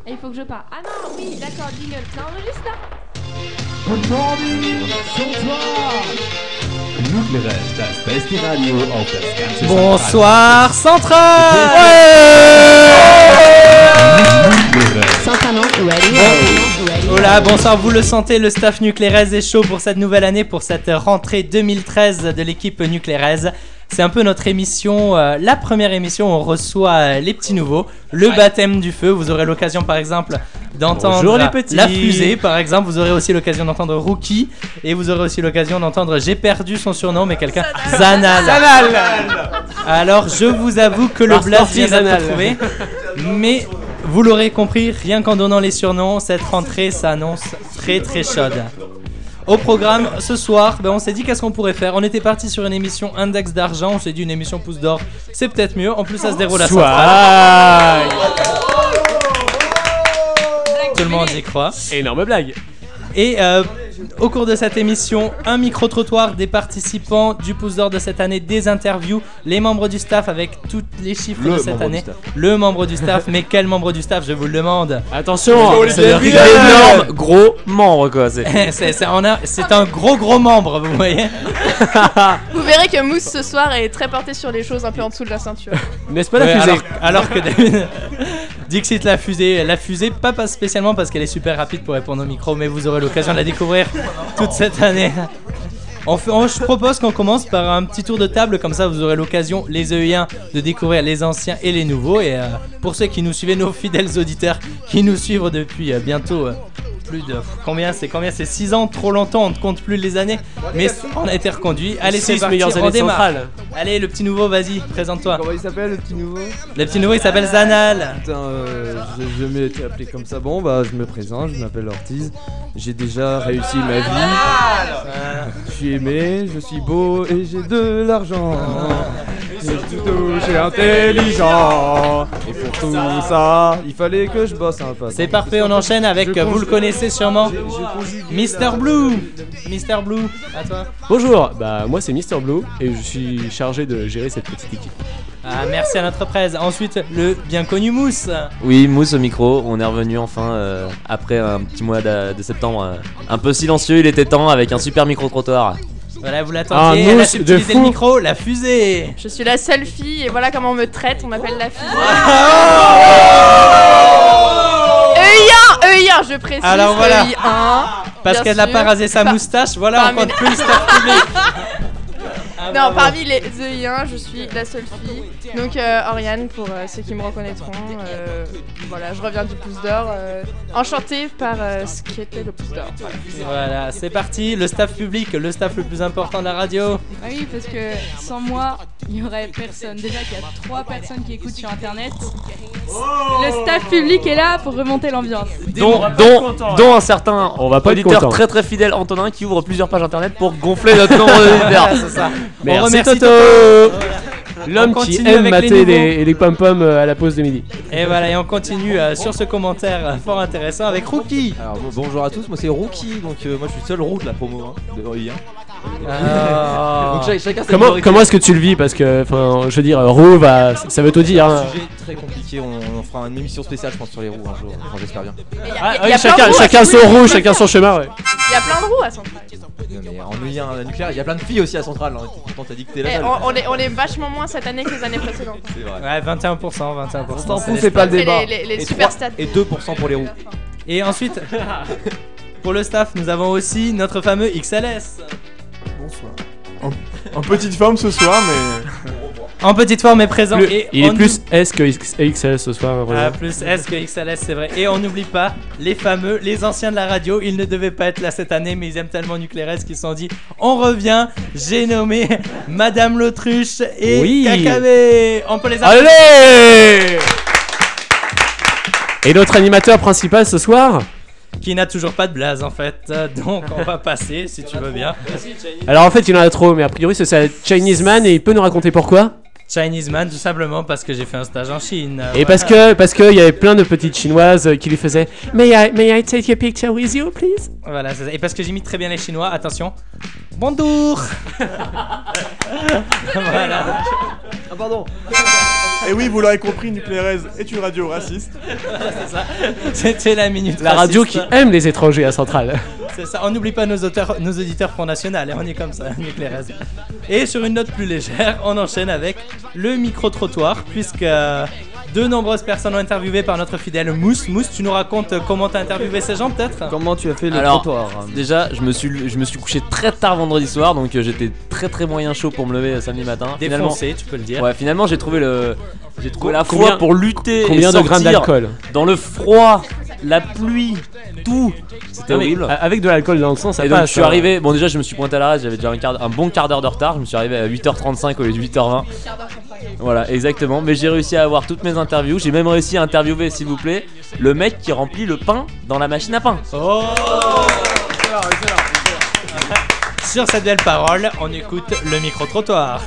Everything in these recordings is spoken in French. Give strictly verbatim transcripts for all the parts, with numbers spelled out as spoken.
Et il faut que je parle. Ah non, oui, d'accord, jingle. Ça enregistre là. Good morning, bonsoir. Nucleares, das beste Radio auf das ganze Bonsoir Central. Ouais. Voilà, bonsoir, vous le sentez, le staff Nucleares est chaud pour cette nouvelle année, pour cette rentrée deux mille treize de l'équipe Nucleares. C'est un peu notre émission, euh, la première émission où on reçoit euh, les petits nouveaux, le ouais. baptême du feu. Vous aurez l'occasion par exemple d'entendre Bonjour, les petits. La fusée par exemple. Vous aurez aussi l'occasion d'entendre Rookie. Et vous aurez aussi l'occasion d'entendre, j'ai perdu son surnom, mais quelqu'un, Zanal. Zanal. Alors je vous avoue que le blast vient d'être retrouvé. Mais vous l'aurez compris, rien qu'en donnant les surnoms, cette rentrée s'annonce très très chaude. Au programme, ce soir, ben on s'est dit qu'est-ce qu'on pourrait faire. On était parti sur une émission Index d'argent. On s'est dit une émission pouce d'or, c'est peut-être mieux. En plus, ça se déroule à Centrale. Tout le monde y croit. Énorme blague. Et euh, au cours de cette émission, un micro-trottoir des participants du pouce d'or de cette année, des interviews, les membres du staff avec tous les chiffres le de cette année. Le membre du staff, mais quel membre du staff, je vous le demande. Attention, c'est un énorme gros membre quoi. C'est, c'est, c'est, on a, c'est un gros gros membre, vous voyez. Vous verrez que Mousse ce soir est très porté sur les choses un peu en dessous de la ceinture. N'est-ce pas la ouais, fusée alors, alors que David Dixit la fusée, la fusée, pas, pas spécialement parce qu'elle est super rapide pour répondre au micro, mais vous aurez l'occasion de la découvrir toute cette année. On fait, on, je propose qu'on commence par un petit tour de table, comme ça vous aurez l'occasion, les E I un, de découvrir les anciens et les nouveaux. Et euh, pour ceux qui nous suivent, nos fidèles auditeurs qui nous suivent depuis euh, bientôt... Euh, plus de combien c'est combien c'est six ans, trop longtemps, on ne compte plus les années, mais on a été reconduit. Allez, c'est parti, on démarre. Allez, le petit nouveau, vas-y, présente-toi. Comment il s'appelle le petit nouveau? Le petit nouveau, il s'appelle Zanal. Putain, euh, je n'ai jamais été appelé comme ça. Bon, bah, je me présente, je m'appelle Ortiz. J'ai déjà réussi ma vie. Je suis aimé, je suis beau et j'ai de l'argent. Et surtout, je suis intelligent. Et pour tout ça, il fallait que je bosse un peu. C'est parfait, on enchaîne avec, vous le connaissez sûrement, Mister Blue. Mister Blue, à toi. Bonjour, bah moi c'est Mister Blue et je suis chargé de gérer cette petite équipe. Ah, merci à notre presse. Ensuite, le bien connu Mousse. Oui, Mousse au micro, on est revenu enfin euh, après un petit mois de, de septembre euh, un peu silencieux, il était temps avec un super micro-trottoir. Voilà, vous l'attendiez, elle a subtilisé le micro, la fusée. Je suis la seule fille et voilà comment on me traite, on m'appelle la fusée. E I un, E I un, je précise. Alors voilà, E I un, parce qu'elle n'a pas rasé sa moustache, voilà, Par on compte plus le staff public. Ah, non, bravo. Parmi les E I un, je suis la seule fille. Donc euh, Oriane, pour euh, ceux qui me reconnaîtront. Euh, voilà, je reviens du pouce d'or. Euh, enchantée par euh, ce qui était le pouce d'or. Voilà, voilà, c'est parti. Le staff public, le staff le plus important de la radio. Ah oui, parce que sans moi, il n'y aurait personne. Déjà qu'il y a trois personnes qui écoutent sur internet. Le staff public est là pour remonter l'ambiance. Dont, dont, dont un certain on va pas auditeur très très fidèle Antonin qui ouvre plusieurs pages internet pour gonfler notre nombre d'auditeurs. C'est ça. Merci, on remercie Toto, l'homme qui aime mater les, les, les pom-poms à la pause de midi. Et voilà, et on continue euh, sur ce commentaire euh, fort intéressant avec Rookie. Alors bonjour à tous, moi c'est Rookie, donc euh, moi je suis le seul roux de la promo hein, de E I un. Ah. Donc chaque, chacun comment, comment est-ce que tu le vis? Parce que, enfin, je veux dire, roux, bah, ça veut tout dire. C'est hein. un sujet très compliqué, on, on fera une émission spéciale, je pense, sur les roues un jour, enfin, j'espère bien. Ah, oui, chacun, chacun son roux, chacun son chemin, ouais. Il y a plein de roues à Centrale. Non, mais en E I un nucléaire, il y a plein de filles aussi à Centrale. Hein. Pourtant, t'as dit que t'es la eh, seule. on, on, est, on est vachement moins cette année que les années précédentes. C'est vrai. Ouais, vingt et un pour cent, vingt et un pour cent. C'est, c'est pas le débat. C'est les, les, les et super trois, stats. Et deux pour cent pour les roues. Et ensuite, pour le staff, nous avons aussi notre fameux X L S. Bonsoir. En, en petite forme ce soir, mais. En petite forme est présent. Le, et il est on plus S que X L S ce soir. Ah, plus S que X L S, c'est vrai. Et on n'oublie pas les fameux, les anciens de la radio. Ils ne devaient pas être là cette année, mais ils aiment tellement Nucleares qu'ils se sont dit on revient. J'ai nommé Madame l'Autruche et oui. Kakabé. On peut les appeler. Allez. Et notre animateur principal ce soir, qui n'a toujours pas de blaze en fait, donc on va passer si tu veux bien. Alors en fait il en a trop, mais a priori c'est ça Chinese Man et il peut nous raconter pourquoi. Chinese man, tout simplement parce que j'ai fait un stage en Chine. Et Voilà. parce que parce qu'il y avait plein de petites chinoises qui lui faisaient May I, may I take a picture with you, please? Voilà, c'est ça. Et parce que j'imite très bien les Chinois, attention. Bonjour. Voilà. Ah pardon. Et oui, vous l'aurez compris, Nuclérez est une radio raciste. C'est ça. C'était la minute La radio qui raciste. aime les étrangers à Centrale. C'est ça. On n'oublie pas nos auteurs, nos auditeurs Front National. Et on est comme ça, Nuclérez. Et sur une note plus légère, on enchaîne avec le micro-trottoir, puisque euh, de nombreuses personnes ont interviewé par notre fidèle Mousse. Mousse, tu nous racontes comment t'as interviewé ces gens, peut-être? Comment tu as fait le Alors, trottoir? déjà, je me suis, je me suis couché très tard vendredi soir, donc euh, j'étais très très moyen chaud pour me lever euh, samedi matin. Défoncé, tu peux le dire. Ouais, finalement j'ai trouvé le, j'ai trouvé la Combien- foi pour lutter combien et de grammes sortir d'alcool dans le froid, la pluie, tout. C'était Non, mais, horrible. euh, avec de l'alcool dans le sang, ça Et donc passe. je suis hein. arrivé, bon déjà je me suis pointé à la rase, j'avais déjà un, quart- un bon quart d'heure de retard, je me suis arrivé à huit heures trente-cinq au lieu de huit heures vingt. Voilà, exactement, mais j'ai réussi à avoir toutes mes interviews, j'ai même réussi à interviewer, s'il vous plaît, le mec qui remplit le pain dans la machine à pain. Oh. Sur cette belle parole, on écoute le micro-trottoir.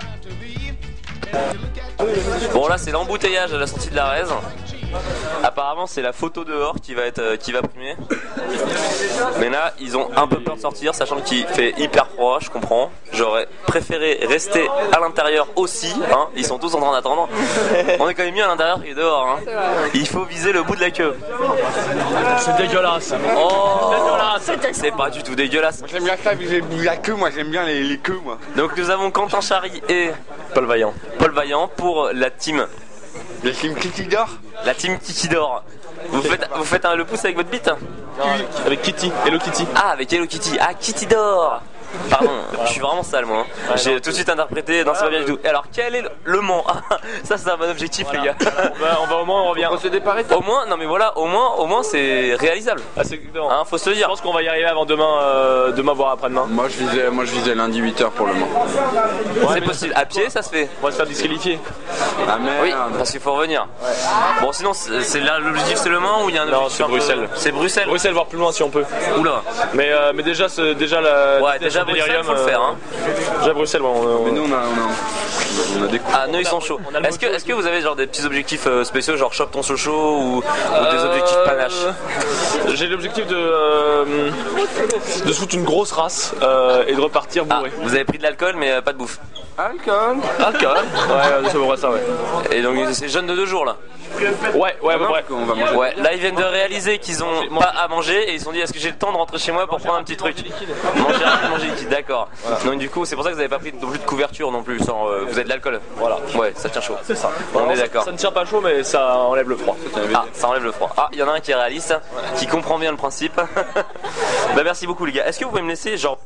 Bon là c'est l'embouteillage à la sortie de la raise. Apparemment c'est la photo dehors qui va être euh, qui va primer. Mais là ils ont un peu peur de sortir, sachant qu'il fait hyper froid, je comprends. J'aurais préféré rester à l'intérieur aussi, hein. Ils sont tous en train d'attendre. On est quand même mieux à l'intérieur que dehors, hein. Il faut viser le bout de la queue. C'est dégueulasse. Oh, c'est pas du tout dégueulasse. J'aime bien ça, viser le bout de la queue, moi j'aime bien les, les queues, moi. Donc nous avons Quentin Chary et Paul Vaillant. Paul Vaillant pour la team. La team Kitty d'or. La team Kitty d'or. Vous faites, vous faites un, le pouce avec votre bite? Avec Kitty, Hello Kitty. Ah, avec Hello Kitty. Ah, Kitty d'or. Pardon, je suis vraiment sale moi. hein. J'ai tout de suite interprété, non c'est pas bien du tout. Et alors quel est le, le Mans? Ça c'est un bon objectif Voilà. les gars. On va, on va au moins, on revient. On se dépare. Au moins, non mais voilà, au moins, au moins c'est réalisable. Ah, c'est exactement. Hein, faut se le dire. Je pense qu'on va y arriver avant demain, euh, demain voire après-demain. Moi je visais, moi je visais lundi huit heures pour le Mans. C'est possible. À pied ça se fait. On va se faire disqualifier. Ah merde. Oui, parce qu'il faut revenir. Bon sinon, c'est c'est là l'objectif c'est le Mans ou il y a un Non, objectif c'est un peu- Bruxelles. C'est Bruxelles. Bruxelles, voire plus loin si on peut. Oula. Mais, euh, mais déjà, c'est- déjà la. Ouais, déjà Delirium, Bruxelles faut le euh, faire. Hein. Déjà Bruxelles, ouais, on, on- Mais nous on a, on a, on a des coups. Ah, nous ils sont chauds. on a le Est-ce que, moto est-ce que vous avez genre des petits objectifs euh, spéciaux, genre chope ton Sochaux ou, ou des Euh, objectifs panache? J'ai l'objectif de, euh, de se foutre une grosse race euh, et de repartir Ah, bourré. vous avez pris de l'alcool mais euh, pas de bouffe. Alcool. Alcool. Ouais, c'est à peu près ça, ouais. Et donc c'est jeune de deux jours là. Ouais, ouais, à peu près. On va manger. Ouais, là ils viennent de réaliser qu'ils ont pas à manger et ils se sont dit est-ce que j'ai le temps de rentrer chez moi pour prendre un petit truc. Manger rapide, manger liquide, d'accord. Donc du coup c'est pour ça que vous avez pas pris non plus de couverture non plus, sans, euh, vous avez de l'alcool. Voilà. Ouais, ça tient chaud. C'est ça. On Alors, est ça- d'accord. Ça ne tient pas chaud, mais ça enlève le froid. Ah, ça enlève le froid. Ah, il y en a un qui est réaliste, qui comprend bien le principe. Bah merci beaucoup les gars. Est-ce que vous pouvez me laisser genre...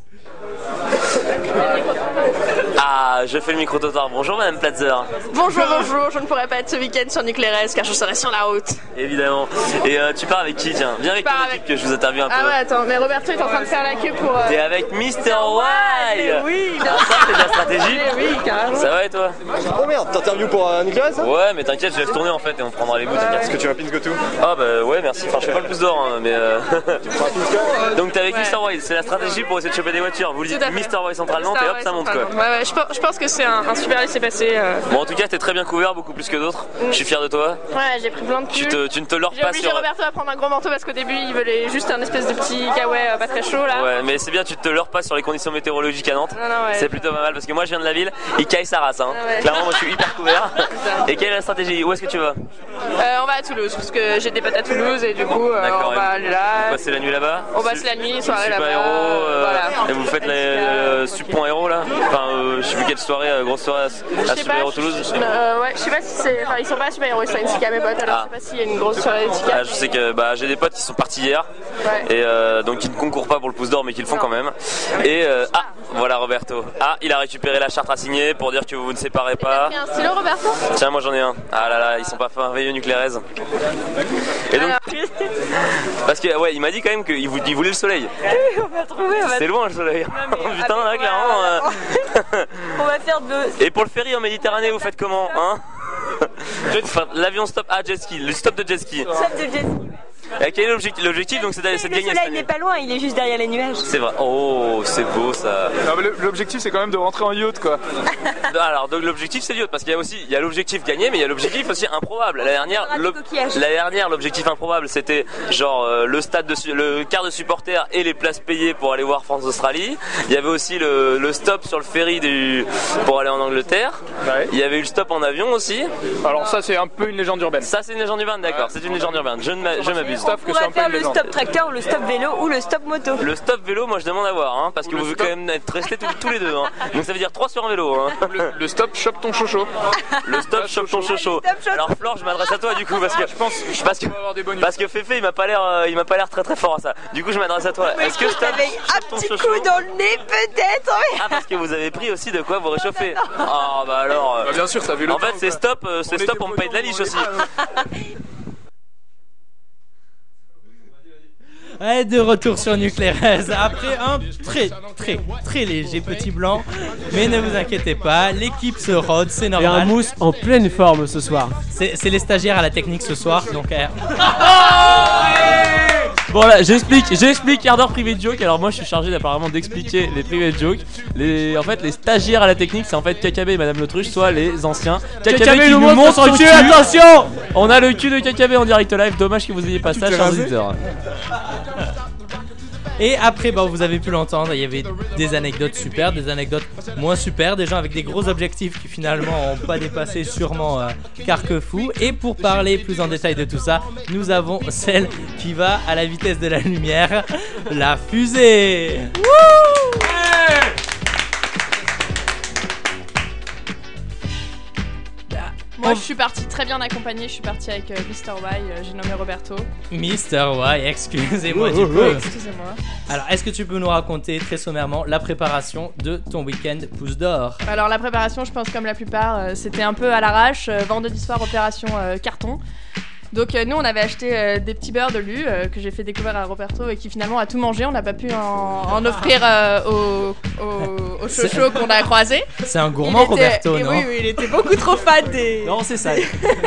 Ah, je fais le micro-trottoir. Bonjour Madame Platzer. Bonjour, bonjour, je ne pourrais pas être ce week-end sur Nuclérez car je serai sur la route. Évidemment. Et euh, tu pars avec qui, tiens? Viens avec Je ton pars équipe avec- que je vous interviewe un peu. Ah ouais, attends, mais Roberto est en train de faire la queue pour. euh, T'es avec Mister Wild. mais oui, bien Ah, ça c'est de la stratégie. Mais oui, carrément. Ça va et toi? Oh merde, t'interviews pour euh, Nicolas ça? Ouais, mais t'inquiète, je laisse tourner en fait et on prendra les bouts. t'inquiète. Est-ce que tu vas pins go to? Ah bah ouais, merci. Enfin, je fais pas le pouce d'or, hein, mais. Euh... Donc t'es avec Ouais. Mister Wild, c'est la stratégie pour essayer de choper des voitures. Vous le Tout dites à fait. Mister Wild Central Nantes et hop, ça monte quoi. Ouais, ouais, je, pense- je pense que c'est un, un super laissez-passer. euh. Bon, en tout cas, t'es très bien couvert, beaucoup plus que d'autres. Je suis fier de toi. Ouais, j'ai pris plein de Tu, pulls. te, tu ne te leurres J'ai pas obligé sur. Roberto à prendre un gros manteau parce qu'au début il voulait juste un espèce de petit kawaii euh, pas très chaud là. Ouais, mais c'est bien, tu te leurres pas sur les conditions météorologiques à Nantes. Non, non, ouais. C'est plutôt pas mal parce que moi je viens de la ville, il caille sa race. Hein. Ah ouais. Clairement, moi je suis hyper couvert. Et quelle est la stratégie? Où est-ce que tu vas? Euh, on va à Toulouse parce que j'ai des potes à Toulouse et du coup euh, D'accord, on et va vous- aller là. Vous passez la nuit là-bas? On passe la nuit, soirée Super là-bas. héros, euh, voilà. et vous faites le Super héros là? Enfin, euh, je sais plus quelle soirée, euh, grosse soirée à, Je à sais Super pas, héros je- Toulouse. euh, ouais, je sais pas si c'est. Enfin, ils sont pas super héros, ils sont N C K mes potes, alors Ah. je sais pas s'il y a une grosse soirée N C K. Ah, je sais que bah, j'ai des potes qui sont partis hier Ouais. et euh, donc qui ne concourent pas pour le pouce d'or mais qui le font quand même. Et euh, ah, voilà Roberto. Ah, il a récupéré la charte à signer pour dire que vous ne séparez pas. T'as pris un stylo, Roberto? Tiens, moi j'en ai un. Ah là là, ils sont pas merveilleux Nuclérez. Et donc, parce que ouais, il m'a dit quand même qu'il vou- il voulait le soleil. On va trouver, on va C'est loin le soleil. Putain, là, clairement. euh, On va faire de. Et pour le ferry en Méditerranée, vous faites comment, hein? Enfin, l'avion stop. Ah, jet ski, le stop de jet ski. Stop de jet ski. Et quel est l'objectif? L'objectif, donc, c'est d'aller- c'est de Le gagner cette soleil année. n'est pas loin, il est juste derrière les nuages. C'est vrai. Oh, c'est beau ça. Non, mais le- l'objectif c'est quand même de rentrer en yacht quoi. Alors, donc l'objectif c'est l'yacht parce qu'il y a aussi, il y a l'objectif gagné, mais il y a l'objectif aussi improbable. La dernière, Rate l'ob- des coquillages. la dernière, l'objectif improbable, c'était genre euh, le stade de, su- le quart de supporters et les places payées pour aller voir France-Australie. Il y avait aussi le, le stop sur le ferry du, pour aller en Angleterre. Ouais. Il y avait eu le stop en avion aussi. Alors ça c'est un peu une légende urbaine. Ça c'est une légende urbaine, d'accord. C'est une légende urbaine. Je ne m'a- je m'abuse. Stop On que c'est un pourrait peu faire une le légende. stop tracteur, le stop vélo ou le stop moto. Le stop vélo, moi je demande à voir, hein, parce que Ou le vous devez stop- quand même être restés tous, tous les deux. Hein. Donc ça veut dire trois sur un vélo. Hein. Le, le stop chope ton chocho. Le stop chope ton chocho. Stop, chope. Alors Flore, je m'adresse à toi du coup parce que Je pense, je parce pense que qu'on va avoir des bonus. parce que Féfé il m'a pas l'air euh, il m'a pas l'air très très fort à ça. Du coup je m'adresse à toi. Est-ce que stop T'avais chope un ton petit chocho coup dans le nez peut-être. mais- Ah parce que vous avez pris aussi de quoi vous réchauffer. Ah bah alors. euh, Bah, bien sûr, t'as vu le En temps, fait c'est quoi. stop, euh, c'est On stop était on me paye de la liche on aussi. Ouais, de retour sur Nuclérez après un très très très léger petit blanc. Mais ne vous inquiétez pas, l'équipe se rôde, c'est Et un normal. mousse en pleine forme ce soir. C'est c'est les stagiaires à la technique ce soir, donc euh, Bon là, j'explique, j'explique quart d'heure privé de joke. Alors moi je suis chargé apparemment d'expliquer les privés de joke. Les, en fait les stagiaires à la technique c'est en fait Kakabé et Madame L'autruche, soit les anciens. Kakabé qui nous montre son cul, attention. On a le cul de Kakabé en direct live, dommage que vous ayez pas ça t'es chers rasé auditeurs. Et après, bah, vous avez pu l'entendre, il y avait des anecdotes super, des anecdotes moins super, des gens avec des gros objectifs qui finalement n'ont pas dépassé sûrement euh, Carquefou. Et pour parler plus en détail de tout ça, nous avons celle qui va à la vitesse de la lumière, la fusée. Moi, je suis partie très bien accompagnée. Je suis partie avec euh, mister Y. euh, J'ai nommé Roberto. mister Y, excusez-moi du Oh, coup. Excusez-moi. Alors, est-ce que tu peux nous raconter très sommairement la préparation de ton week-end Pouce d'Or? Alors la préparation, je pense comme la plupart, euh, c'était un peu à l'arrache. Euh, vendredi soir, opération euh, carton. Donc euh, nous, on avait acheté euh, des petits beurres de Lu euh, que j'ai fait découvrir à Roberto et qui finalement a tout mangé. On n'a pas pu en, en offrir euh, aux au, au chocho qu'on a croisé. C'est un gourmand, Il était- Roberto, et non? Oui, oui, il était beaucoup trop fan des... Non, c'est ça.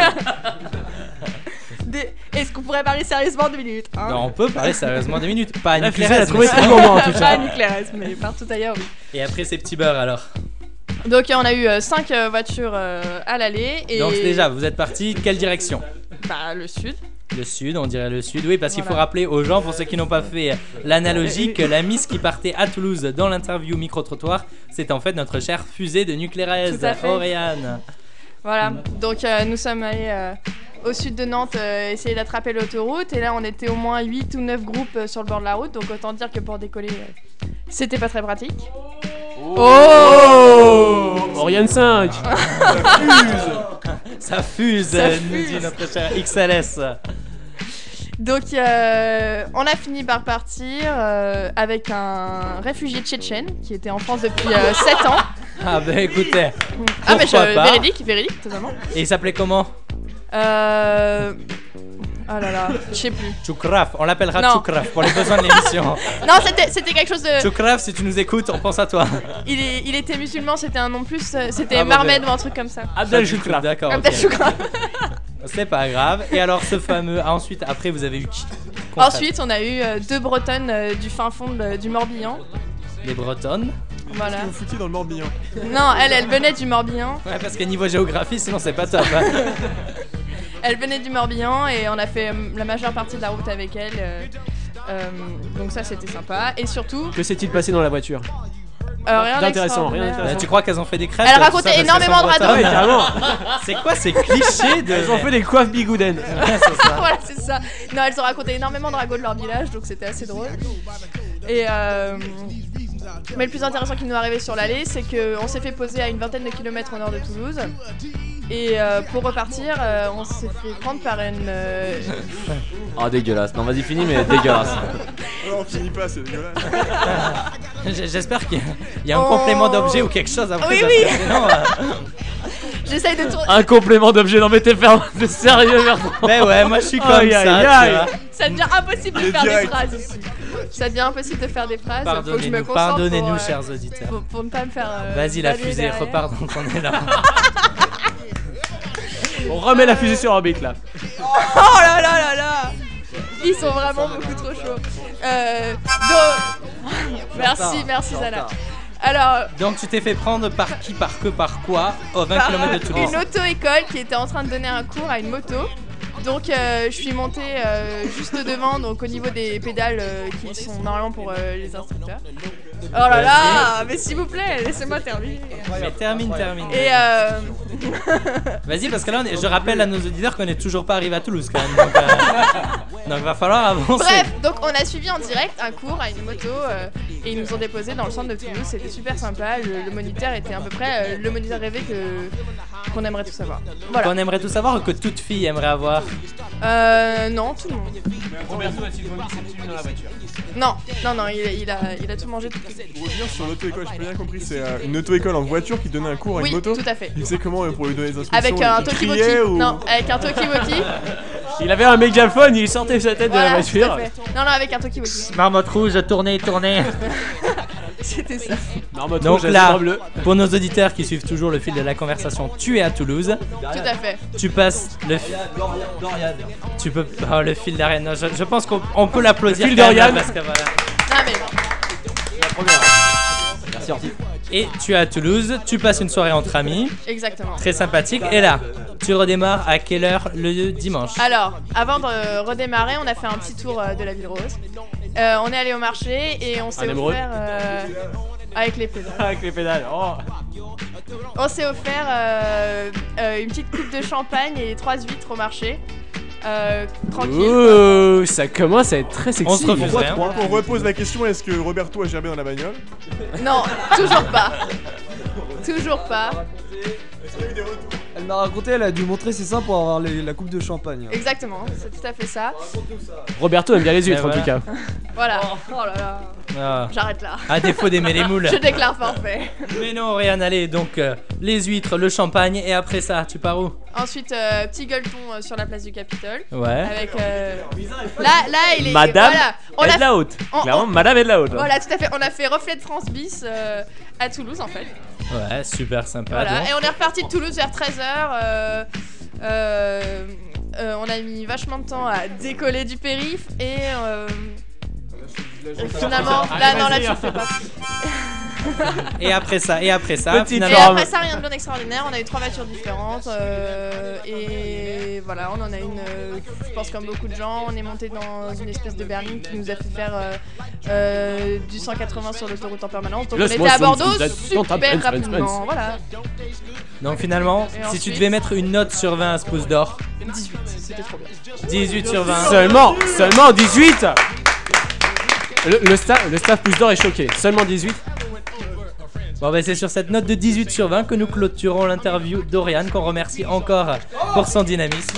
des... Est-ce qu'on pourrait parler sérieusement deux minutes hein Non, on peut parler sérieusement deux minutes. Pas à La Nuclérez, fusée, elle a trouvé mais très ça- gourmand en tout Pas cas. à Nuclérez, mais partout ailleurs, oui. Et après ces petits beurres alors. Donc euh, on a eu cinq voitures euh, à l'aller. Et... Donc déjà, vous êtes parti, quelle direction? Bah le sud. Le sud, on dirait le sud, oui, parce qu'il faut Voilà. rappeler aux gens, pour ceux qui n'ont pas fait l'analogie, que la Miss qui partait à Toulouse dans l'interview micro-trottoir, c'est en fait notre chère fusée de Nuclérez, Tout à fait. Oriane. Voilà, donc euh, nous sommes allés euh, au sud de Nantes euh, essayer d'attraper l'autoroute et là on était au moins huit ou neuf groupes euh, sur le bord de la route, donc autant dire que pour décoller euh, c'était pas très pratique. Oh, Oriane cinq. Ça fuse, Ça nous fuse. dit notre chère X L S. Donc euh, on a fini par partir euh, avec un réfugié tchétchène qui était en France depuis euh, sept ans. Ah bah écoutez, Ah mais je, pourquoi pas. véridique, véridique totalement. Et il s'appelait comment? Euh... Oh là là, je sais plus. Tchoukraf, on l'appellera Non. Tchoukraf pour les besoins de l'émission. Non, c'était c'était quelque chose de... Tchoukraf, si tu nous écoutes, on pense à toi. Il, est, il était musulman, c'était un nom plus... euh, C'était Ah, bon, Marmed ben. ou un truc comme ça. Abdel Tchoukraf. D'accord, ok. Abdel Tchoukraf. C'est pas grave. Et alors ce fameux, ah, ensuite, après vous avez eu qui? Ensuite, on a eu euh, deux Bretonnes euh, du fin fond de- du Morbihan. Les Bretonnes. Voilà. Vous foutiez dans le Morbihan. Non, elle, elle venait du Morbihan. Ouais, parce que niveau géographie, sinon c'est pas top. hein. Elle venait du Morbihan et on a fait euh, la majeure partie de la route avec elle. euh, euh, donc ça, c'était sympa. Et surtout, Que s'est-il passé dans la voiture? euh, rien D'intéressant, rien d'extraordinaire. d'intéressant. Euh, tu crois qu'elles ont fait des crêpes? Elle tout racontait ça, parce qu'elles énormément sont de radeaux. bretonnes Ouais, carrément. C'est quoi ces clichés de... Elles ont fait des coiffes bigouden. Voilà, c'est ça. Non, elles ont raconté énormément de ragots de leur village, donc c'était assez drôle. Et euh, mais le plus intéressant qui nous est arrivé sur l'allée, c'est qu'on s'est fait poser à une vingtaine de kilomètres au nord de Toulouse. Et euh, pour repartir, euh, on s'est fait prendre par une. euh, Oh dégueulasse, non vas-y finis mais dégueulasse. Non, on finit pas, c'est dégueulasse. J- J'espère qu'il y a- il y a un Oh. complément d'objet ou quelque chose après. Oui, ça, oui. parce que sinon, euh, J'essaye de tourner. Un complément d'objet, non mais t'es ferme, t'es sérieux Bertrand? Mais ouais, moi je suis comme Aïe, ça. aïe, tu aïe. vois. Ça devient impossible de Il est faire direct. des phrases ici. Ça devient impossible de faire des phrases. Faut que je me Pardonnez-nous, concentre. pardonnez-nous, pour, euh, chers auditeurs. Pour, pour ne pas me faire. euh, Vas-y, la balayer fusée, derrière. repars donc on est là. On remet la fusée sur orbite là. Oh là là là là. Ils sont vraiment beaucoup trop chauds. Euh, donc... merci, merci Zana. Alors, Donc tu t'es fait prendre par qui, par que, par quoi au vingt par kilomètres de Toulouse? une auto-école qui était en train de donner un cours à une moto. Donc euh, je suis montée euh, juste devant, donc au niveau des pédales euh, qui sont normalement pour euh, les instructeurs. Oh là là, mais s'il vous plaît, laissez-moi terminer. Mais termine, termine. Et euh... Vas-y, parce que là, on est- je rappelle à nos auditeurs qu'on n'est toujours pas arrivé à Toulouse quand même. Donc, euh, donc va falloir avancer. Bref, donc on a suivi en direct un cours à une moto euh, et ils nous ont déposés dans le centre de Toulouse. C'était super sympa. Le, le moniteur était à peu près euh, le moniteur rêvé que qu'on aimerait tout savoir. Voilà. Qu'on aimerait tout savoir ou que toute fille aimerait avoir. Euh, non, tout le monde. Roberto a-t-il vomi ses petits dans la voiture? Non, non, non, il, il a, il a tout mangé tout de suite. Pour revenir sur l'auto-école, j'ai pas bien compris, c'est euh, une auto-école en voiture qui donnait un cours à Oui, une moto. tout à fait. Il sait comment euh, pour lui donner des instructions? Avec un il talkie-walkie. criait ou... Non, avec un talkie-walkie. Il avait un mégaphone, il sortait sa tête Voilà, de la tout voiture. à fait. Non, non, avec un talkie-walkie. Marmotte rouge, tournez, tournez. C'était ça. Marmotte Donc rouge, là, azur bleu. pour nos auditeurs qui suivent toujours le fil de la conversation, tu es à Toulouse. Tout à fait. Tu passes le fil. Tu peux. Oh, le fil d'Ariane. Non, Je, je pense qu'on on peut l'applaudir. Le fil quand même, d'Ariane. Parce que voilà. Non, mais Merci Orti. Et tu es à Toulouse, tu passes une soirée entre amis, exactement. très sympathique. Et là, tu redémarres à quelle heure le dimanche? Alors, avant de euh, redémarrer, on a fait un petit tour euh, de la ville rose. Euh, on est allé au marché et on s'est Un émeraude. offert euh, avec les pédales. Avec les pédales. Oh. On s'est offert euh, euh, une petite coupe de champagne et trois huîtres au marché. Euh, tranquille. Oh, ça commence à être très sexy. On se refuse Pourquoi rien. trois On repose la question, est-ce que Roberto a gerbé dans la bagnole? Non, toujours pas. Toujours pas. Elle m'a raconté, elle a dû montrer ses seins pour avoir les- la coupe de champagne. Exactement, c'est tout à fait ça. Roberto aime bien les huîtres Ben en tout cas. Voilà. Oh là là. Ah. J'arrête là. À défaut d'aimer les moules. Je déclare forfait. Mais non, rien, allez. Donc, euh, les huîtres, le champagne, et après ça, tu pars où? Ensuite, euh, petit gueuleton euh, sur la place du Capitole. Ouais. Avec. euh, Là, là, il est. Madame voilà. On est a- de la haute. on- Clairement, on- madame est de la haute. hein. Voilà, tout à fait. On a fait Reflet de France bis euh, à Toulouse en fait. Ouais, super sympa. Voilà. donc. Et on est reparti de Toulouse vers treize heures. Euh, euh, euh, on a mis vachement de temps à décoller du périph' et. Euh, et finalement, là, non, là, tu le fais pas. Et après ça, et après ça, Petite finalement. Et après ça, rien de bien extraordinaire. On a eu trois voitures différentes. euh, et voilà, on en a une, euh, je pense, comme beaucoup de gens. On est monté dans une espèce de berline qui nous a fait faire euh, euh, du cent quatre-vingts sur l'autoroute en permanence. Donc Le on était small à zone, Bordeaux zone, zone, zone, super zone, zone, rapidement. zone. Voilà, Donc finalement, Et si tu ensuite- devais mettre une note sur vingt à ce pouce d'or, dix-huit, c'était trop bien. dix-huit sur vingt. Seulement, seulement dix-huit. Le, le staff, le staff pouce d'or est choqué. Seulement dix-huit. Bon bah c'est sur cette note de dix-huit sur vingt que nous clôturons l'interview d'Oriane, qu'on remercie encore pour son dynamisme.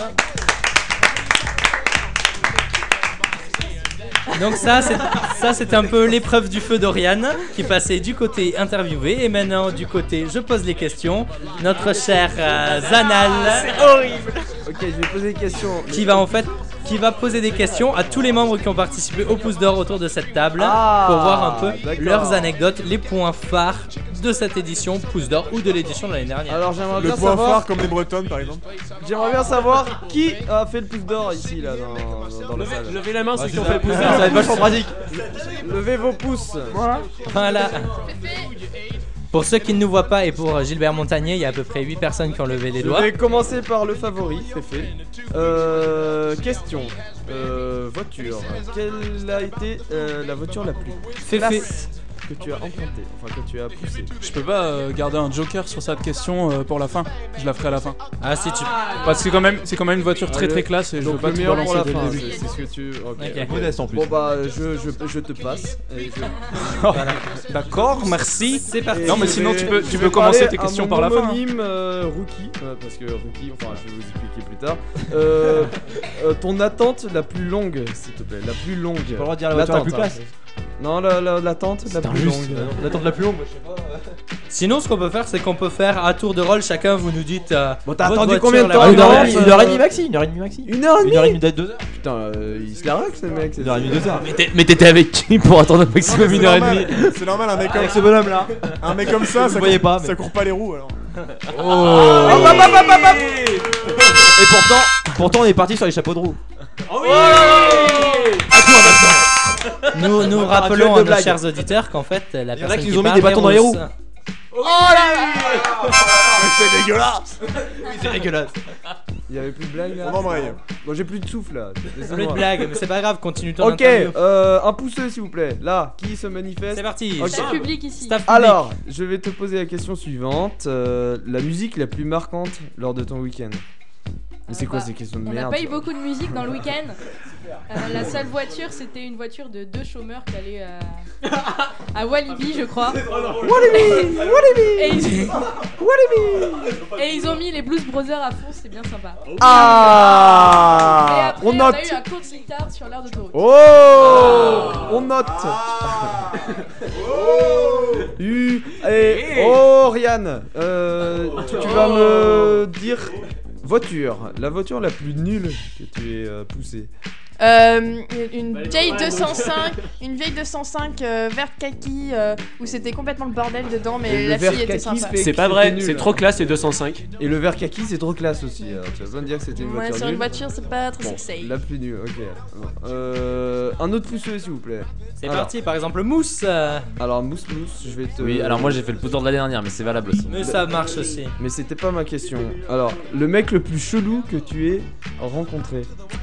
Donc ça c'est ça c'est un peu l'épreuve du feu d'Oriane qui passait du côté interviewé et maintenant du côté je pose les questions. Notre cher euh, Zanal, C'est horrible. Ok, je vais poser des questions. qui va en fait qui va poser des questions à tous les membres qui ont participé au pouce d'or autour de cette table Ah, pour voir un peu d'accord. leurs anecdotes, les points phares de cette édition pouce d'or ou de l'édition de l'année dernière. Alors j'aimerais Le bien point savoir. phare comme les Bretonnes par exemple. J'aimerais bien savoir qui a fait le pouce d'or ici là dans, dans la salle. Levez la main ceux Ouais, qui ont c'est fait le pouce ça. d'or. Ça va être vachement pratique. Levez vos pouces. Voilà. Pour ceux qui ne nous voient pas et pour Gilbert Montagnier, il y a à peu près huit personnes qui ont levé les Je doigts. vais commencer par le favori, Féfé. Euh, question. Euh, voiture. Quelle a été euh, la voiture la plus Féfé. classe que tu as empruntée, enfin que tu as poussée? Je peux pas euh, garder un joker sur cette question euh, pour la fin. Je la ferai à la fin. Ah si tu. Parce que c'est quand même, c'est quand même une voiture très Ah, le- très classe et je veux Donc pas le tout meilleur pour balancer la dès le fin, début. c'est c'est ce que tu... Ok. Ok. Modeste en plus. Bon bah je, je, je te passe. Et je... Voilà. D'accord, merci. C'est parti. Non, mais je sinon, vais- tu peux- je tu vais peux commencer parler tes à questions mon par la fin, hein. homonyme, euh, Rookie, euh, parce que Rookie, enfin je vais vous expliquer plus tard. Euh, euh, ton attente la plus longue, s'il te plaît, la plus longue. J'ai pas le droit de dire la voiture la plus L'attente, classe. hein. Non, la- la- l'attente la, plus injuste. longue. L'attente la plus longue, moi, je sais pas. Sinon, ce qu'on peut faire, c'est qu'on peut faire à tour de rôle. Chacun, vous nous dites. Euh, Bon, t'as votre attendu voiture combien de la temps plus Une heure et longue. demie, une heure et demie maxi, une heure et demie maxi. Une heure et demie. Une heure et demie, deux heures. Putain, euh, il se la racle ce mec. c'est- Une heure et demie, deux heures. Mais t'es- Mais t'étais avec qui pour attendre un maximum C'est une heure et normal, demie? c'est normal, un mec comme Avec ce bonhomme là. un mec comme ça, Vous ça voyez court, pas, mais- ça court pas les roues alors. Oh. Et pourtant, pourtant on est parti sur les chapeaux de roue. Oh oui. Nous, nous On va faire un rappelons duel à de nos blagues. chers auditeurs qu'en fait la Il y en a personne qui qui nous ont mis parle des bâtons est dans les rousse. roues. Oh là C'est dégueulasse. Oui, c'est dégueulasse. Il y avait plus de blagues là. On embraye. Bon, j'ai plus de souffle là. Plus de blagues, mais c'est pas grave, continue ton Ok, interview. euh, un pouceux s'il vous plaît. Là, qui se manifeste? C'est parti. Ok. Staff public ici. Staff public. Alors, je vais te poser la question suivante. Euh, la musique la plus marquante lors de ton week-end. Mais c'est quoi Bah, ces questions de On merde? n'a pas eu beaucoup de musique dans le week-end. Euh, la seule voiture, c'était une voiture de deux chômeurs qui allaient euh, à Walibi, je crois. Walibi, Walibi, Et ils... Walibi. Et ils ont mis les Blues Brothers à fond, c'est bien sympa. Ah, Et après, on on, note. a eu un cours de guitare sur l'air d'autoroute. Oh, on note. U et oh Rianne, euh, tu, tu vas me dire voiture, la voiture la plus nulle que tu aies euh, poussée. Euh, une vieille deux cent cinq, une vieille deux cent cinq euh, verte kaki euh, où c'était complètement le bordel dedans, mais Et le la vert fille était kaki sympa. fait C'est que pas c'était vrai, nul. c'est trop classe les deux cent cinq. Et le vert kaki c'est trop classe aussi. Alors, tu vas pas me dire que c'était une Ouais, voiture sur nulle. une voiture, c'est pas très Bon, sexy. la plus nulle, ok. Euh, un autre pousseux s'il vous plaît. C'est Alors. parti, par exemple Mousse. euh, Alors mousse mousse, je vais te. Oui, alors moi j'ai fait le pouce d'or de la dernière, mais c'est valable aussi. Mais ça marche aussi. Mais c'était pas ma question. Alors, le mec le plus chelou que tu aies rencontré.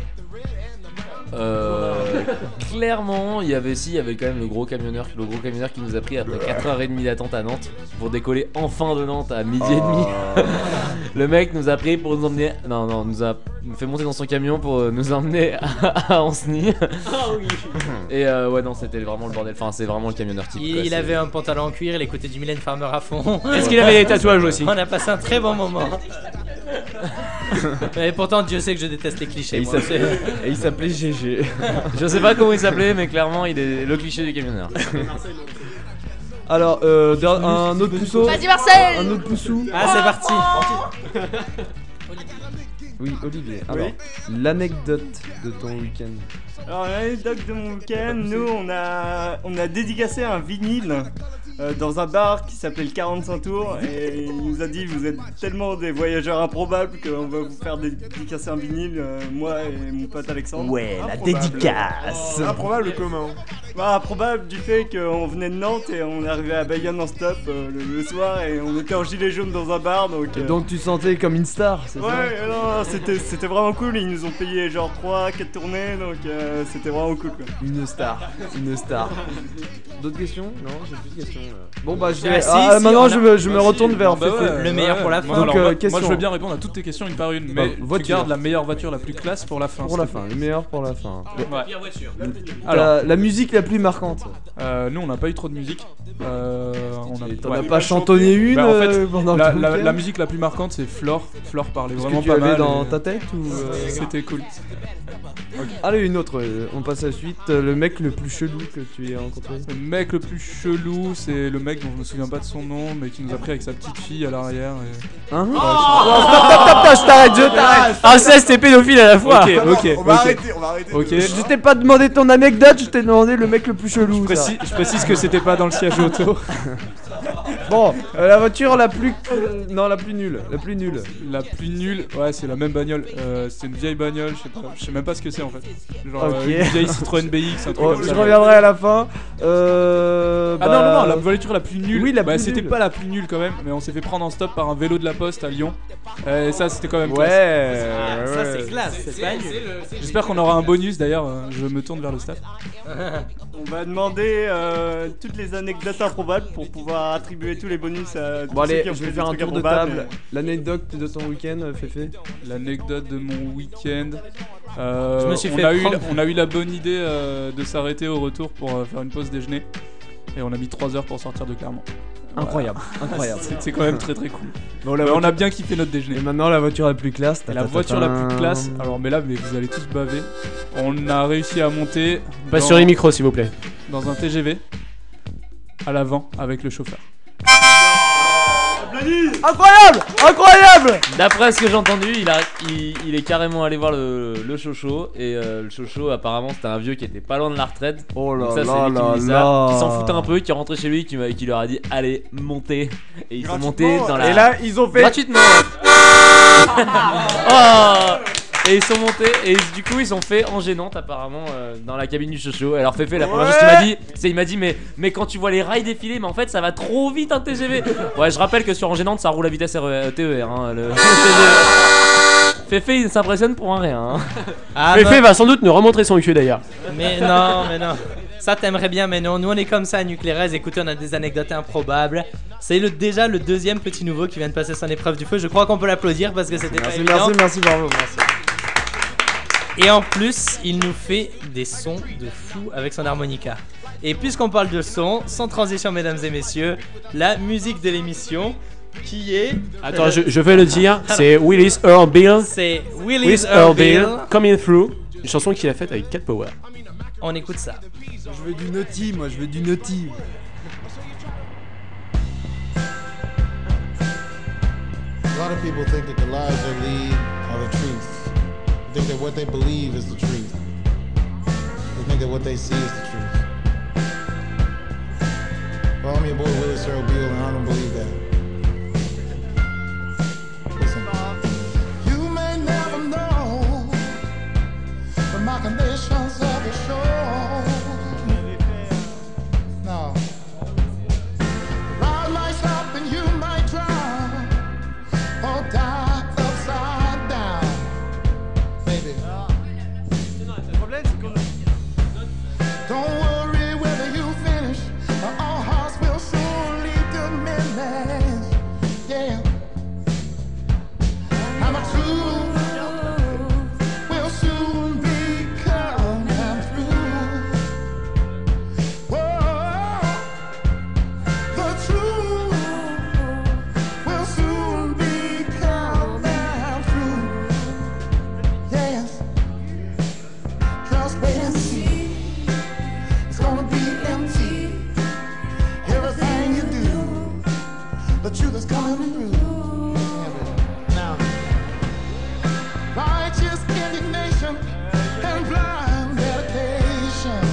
Euh, clairement, il y avait si, il y avait quand même le gros camionneur, le gros camionneur qui nous a pris après quatre heures trente d'attente à Nantes pour décoller enfin de Nantes à midi et demi. Le mec nous a pris pour nous emmener, non non, nous a nous fait monter dans son camion pour euh, nous emmener à, à Ancenis. Et euh, ouais non, c'était vraiment le bordel. Enfin, c'est vraiment le camionneur type. Il, quoi, il c'est- avait un pantalon en cuir, il écoutait du Mylène Farmer à fond. Est-ce qu'il avait des tatouages aussi? On a passé un très bon moment. Mais pourtant, Dieu sait que je déteste les clichés. Et il moi. s'appelait- et il s'appelait G G. Je sais pas comment il s'appelait, mais clairement, il est le cliché du camionneur. Alors, euh, der- un autre pousseau. Vas-y, Marcel. Un autre poussou. Ah, c'est parti. Oui, Olivier. Alors, l'anecdote de ton week-end. Alors l'anecdote de mon week-end, nous on a, on a dédicacé un vinyle euh, dans un bar qui s'appelait le quarante-cinq tours et il nous a dit vous êtes tellement des voyageurs improbables qu'on va vous faire dédicacer un vinyle, euh, moi et mon pote Alexandre. Ouais, la Improbable. dédicace. Oh. Improbable comment? Bah, improbable du fait qu'on venait de Nantes et on est arrivé à Bayonne en stop euh, le, le soir et on était en gilet jaune dans un bar donc... Et euh, donc tu te sentais comme une star, c'est Ouais, ça? euh, non, c'était, c'était vraiment cool, ils nous ont payé genre trois quatre tournées donc euh, c'était vraiment cool quoi. Une star, une star. D'autres questions? Non, j'ai plus de questions. Là. Bon bah je Ah, vais. si, ah, si, maintenant on a- je me, je me Bah, si, retourne vers non, bah Féfé. ouais, Le meilleur ouais. pour la Moi, fin. Donc, alors, euh, moi- moi question. je veux bien répondre à toutes tes questions une par une, mais Bah, tu voiture. gardes la meilleure voiture la plus classe pour la fin. Pour la fin, le meilleur pour la fin. Ouais. Alors, la, la musique la plus marquante. Euh, nous on n'a pas eu trop de musique. Euh, on a, Et t'en ouais. as pas chantonné une Bah, en fait, euh, pendant la, le la- week-end la musique la plus marquante c'est Flore. Flore parlait Est-ce vraiment que tu pas avais mal. dans et- ta tête ou euh, C'était cool. Allez, une autre, euh, on passe à la suite. Euh, Le mec le plus chelou que tu aies rencontré. Le mec le plus chelou, c'est le mec dont je me souviens pas de son nom, mais qui nous a pris avec sa petite fille à l'arrière. Et... Hein Ouais, Oh, stop, stop, stop, stop, je t'arrête, je t'arrête. Ah, ça c'était pédophile à la fois. Ok, ok. On va ok. arrêter, on va arrêter. Ok. Je t'ai pas demandé ton anecdote, je t'ai demandé le mec le plus chelou. Je ça. précise, je précise que c'était pas dans le siège auto. Bon, euh, la voiture la plus. euh, non, la plus nulle. La plus nulle. La plus nulle, ouais, c'est la même bagnole. Euh, c'est une vieille bagnole, je sais pas, je sais même pas ce que c'est en fait. Genre Ok. euh, une vieille Citroën B X, un truc Oh, comme je ça. reviendrai à la fin. Euh, Ah bah, non, non, non, la voiture la plus nulle. Oui, la bah, plus c'était nulle. pas la plus nulle quand même, mais on s'est fait prendre en stop par un vélo de la Poste à Lyon. Euh, Et ça, c'était quand même Ouais, classe. Ah, ça ouais. c'est classe, c'est pas nul. J'espère qu'on aura un bonus d'ailleurs. euh, Je me tourne vers le staff. On va demander euh, toutes les anecdotes improbables pour pouvoir attribuer tous les bonus à tous Bon, ceux allez, qui ont je fait vais des faire un trucs tour de improbables. table. L'anecdote de ton week-end, euh, Féfé. L'anecdote de mon week-end. euh, Je me suis on, fait a eu, prendre. on a eu la bonne idée euh, de s'arrêter au retour pour euh, faire une pause déjeuner. Et on a mis trois heures pour sortir de Clermont. Incroyable, incroyable. C'est c'est quand même très très cool. Bon, la Mais on a voiture- bien kiffé notre déjeuner. Et maintenant, la voiture la plus classe. Et la voiture la plus classe, alors mais là mais vous allez tous baver. On a réussi à monter Pas dans- sur les micros, s'il vous plaît. dans un T G V à l'avant avec le chauffeur. Incroyable, incroyable. D'après ce que j'ai entendu, il, a, il, il est carrément allé voir le, le chocho. Et euh, le chocho, apparemment, c'était un vieux qui était pas loin de la retraite. Oh là Donc ça, là c'est lui qui là me dit ça, là. qui s'en foutait un peu, qui est rentré chez lui, qui, m'a- qui leur a dit allez, montez. Et ils sont montés Gratuitement, dans la. Et là, ils ont fait. Gratuitement. Oh Et ils sont montés et du coup ils sont fait en gênante apparemment euh, dans la cabine du Chocho. Alors Féfé la première chose qu'il m'a dit, c'est il m'a dit mais mais quand tu vois les rails défiler, mais en fait ça va trop vite un T G V. Ouais, je rappelle que sur en gênante ça roule à vitesse R E- T E R hein, le... Féfé il s'impressionne pour un rien. Hein. Ah, Féfé bah- va sans doute nous remontrer son cul d'ailleurs. Mais non, mais non. Ça t'aimerais bien, mais non. Nous on est comme ça à Nuclérez. Écoutez, on a des anecdotes improbables. C'est le, déjà le deuxième petit nouveau qui vient de passer son épreuve du feu. Je crois qu'on peut l'applaudir parce que c'était pas Merci, évident. merci, merci, bravo, merci. Et en plus, il nous fait des sons de fou avec son harmonica. Et puisqu'on parle de son, sans transition, mesdames et messieurs, la musique de l'émission qui est. Attends, je, je vais le dire, c'est Willis Earl Bill. C'est Willis Willis Earl Earl Bill, Bill. Coming Through, une chanson qu'il a faite avec Cat Power. On écoute ça. Je veux du naughty, moi, je veux du naughty. A lot of people think that the lives they lead are the truth. They think that what they believe is the truth. They think that what they see is the truth. Well, I'm your boy Willis Earl Beal, and I don't believe that. Listen. You may never know, but my conditions of the show. No. Ride might stop and you might drown. Or die upside down, baby. Don't worry whether you finish, or our hearts will surely diminish. Yeah, I'm a truth will soon be coming through. Whoa, the truth will soon be coming through. Yes, just wait and see. It's gonna be empty. Everything you do, the truth is coming through. Now, righteous indignation and blind dedication.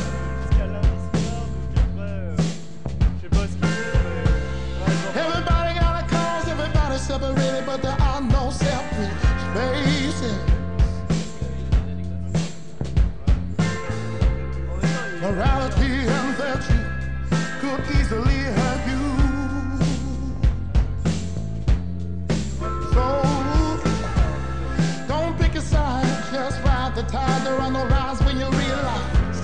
Everybody got a cause, everybody's separated, but there are no separate spaces. Morality and virtue could easily hurt you. So don't pick a side, just ride the tide. There are no lies when you realize,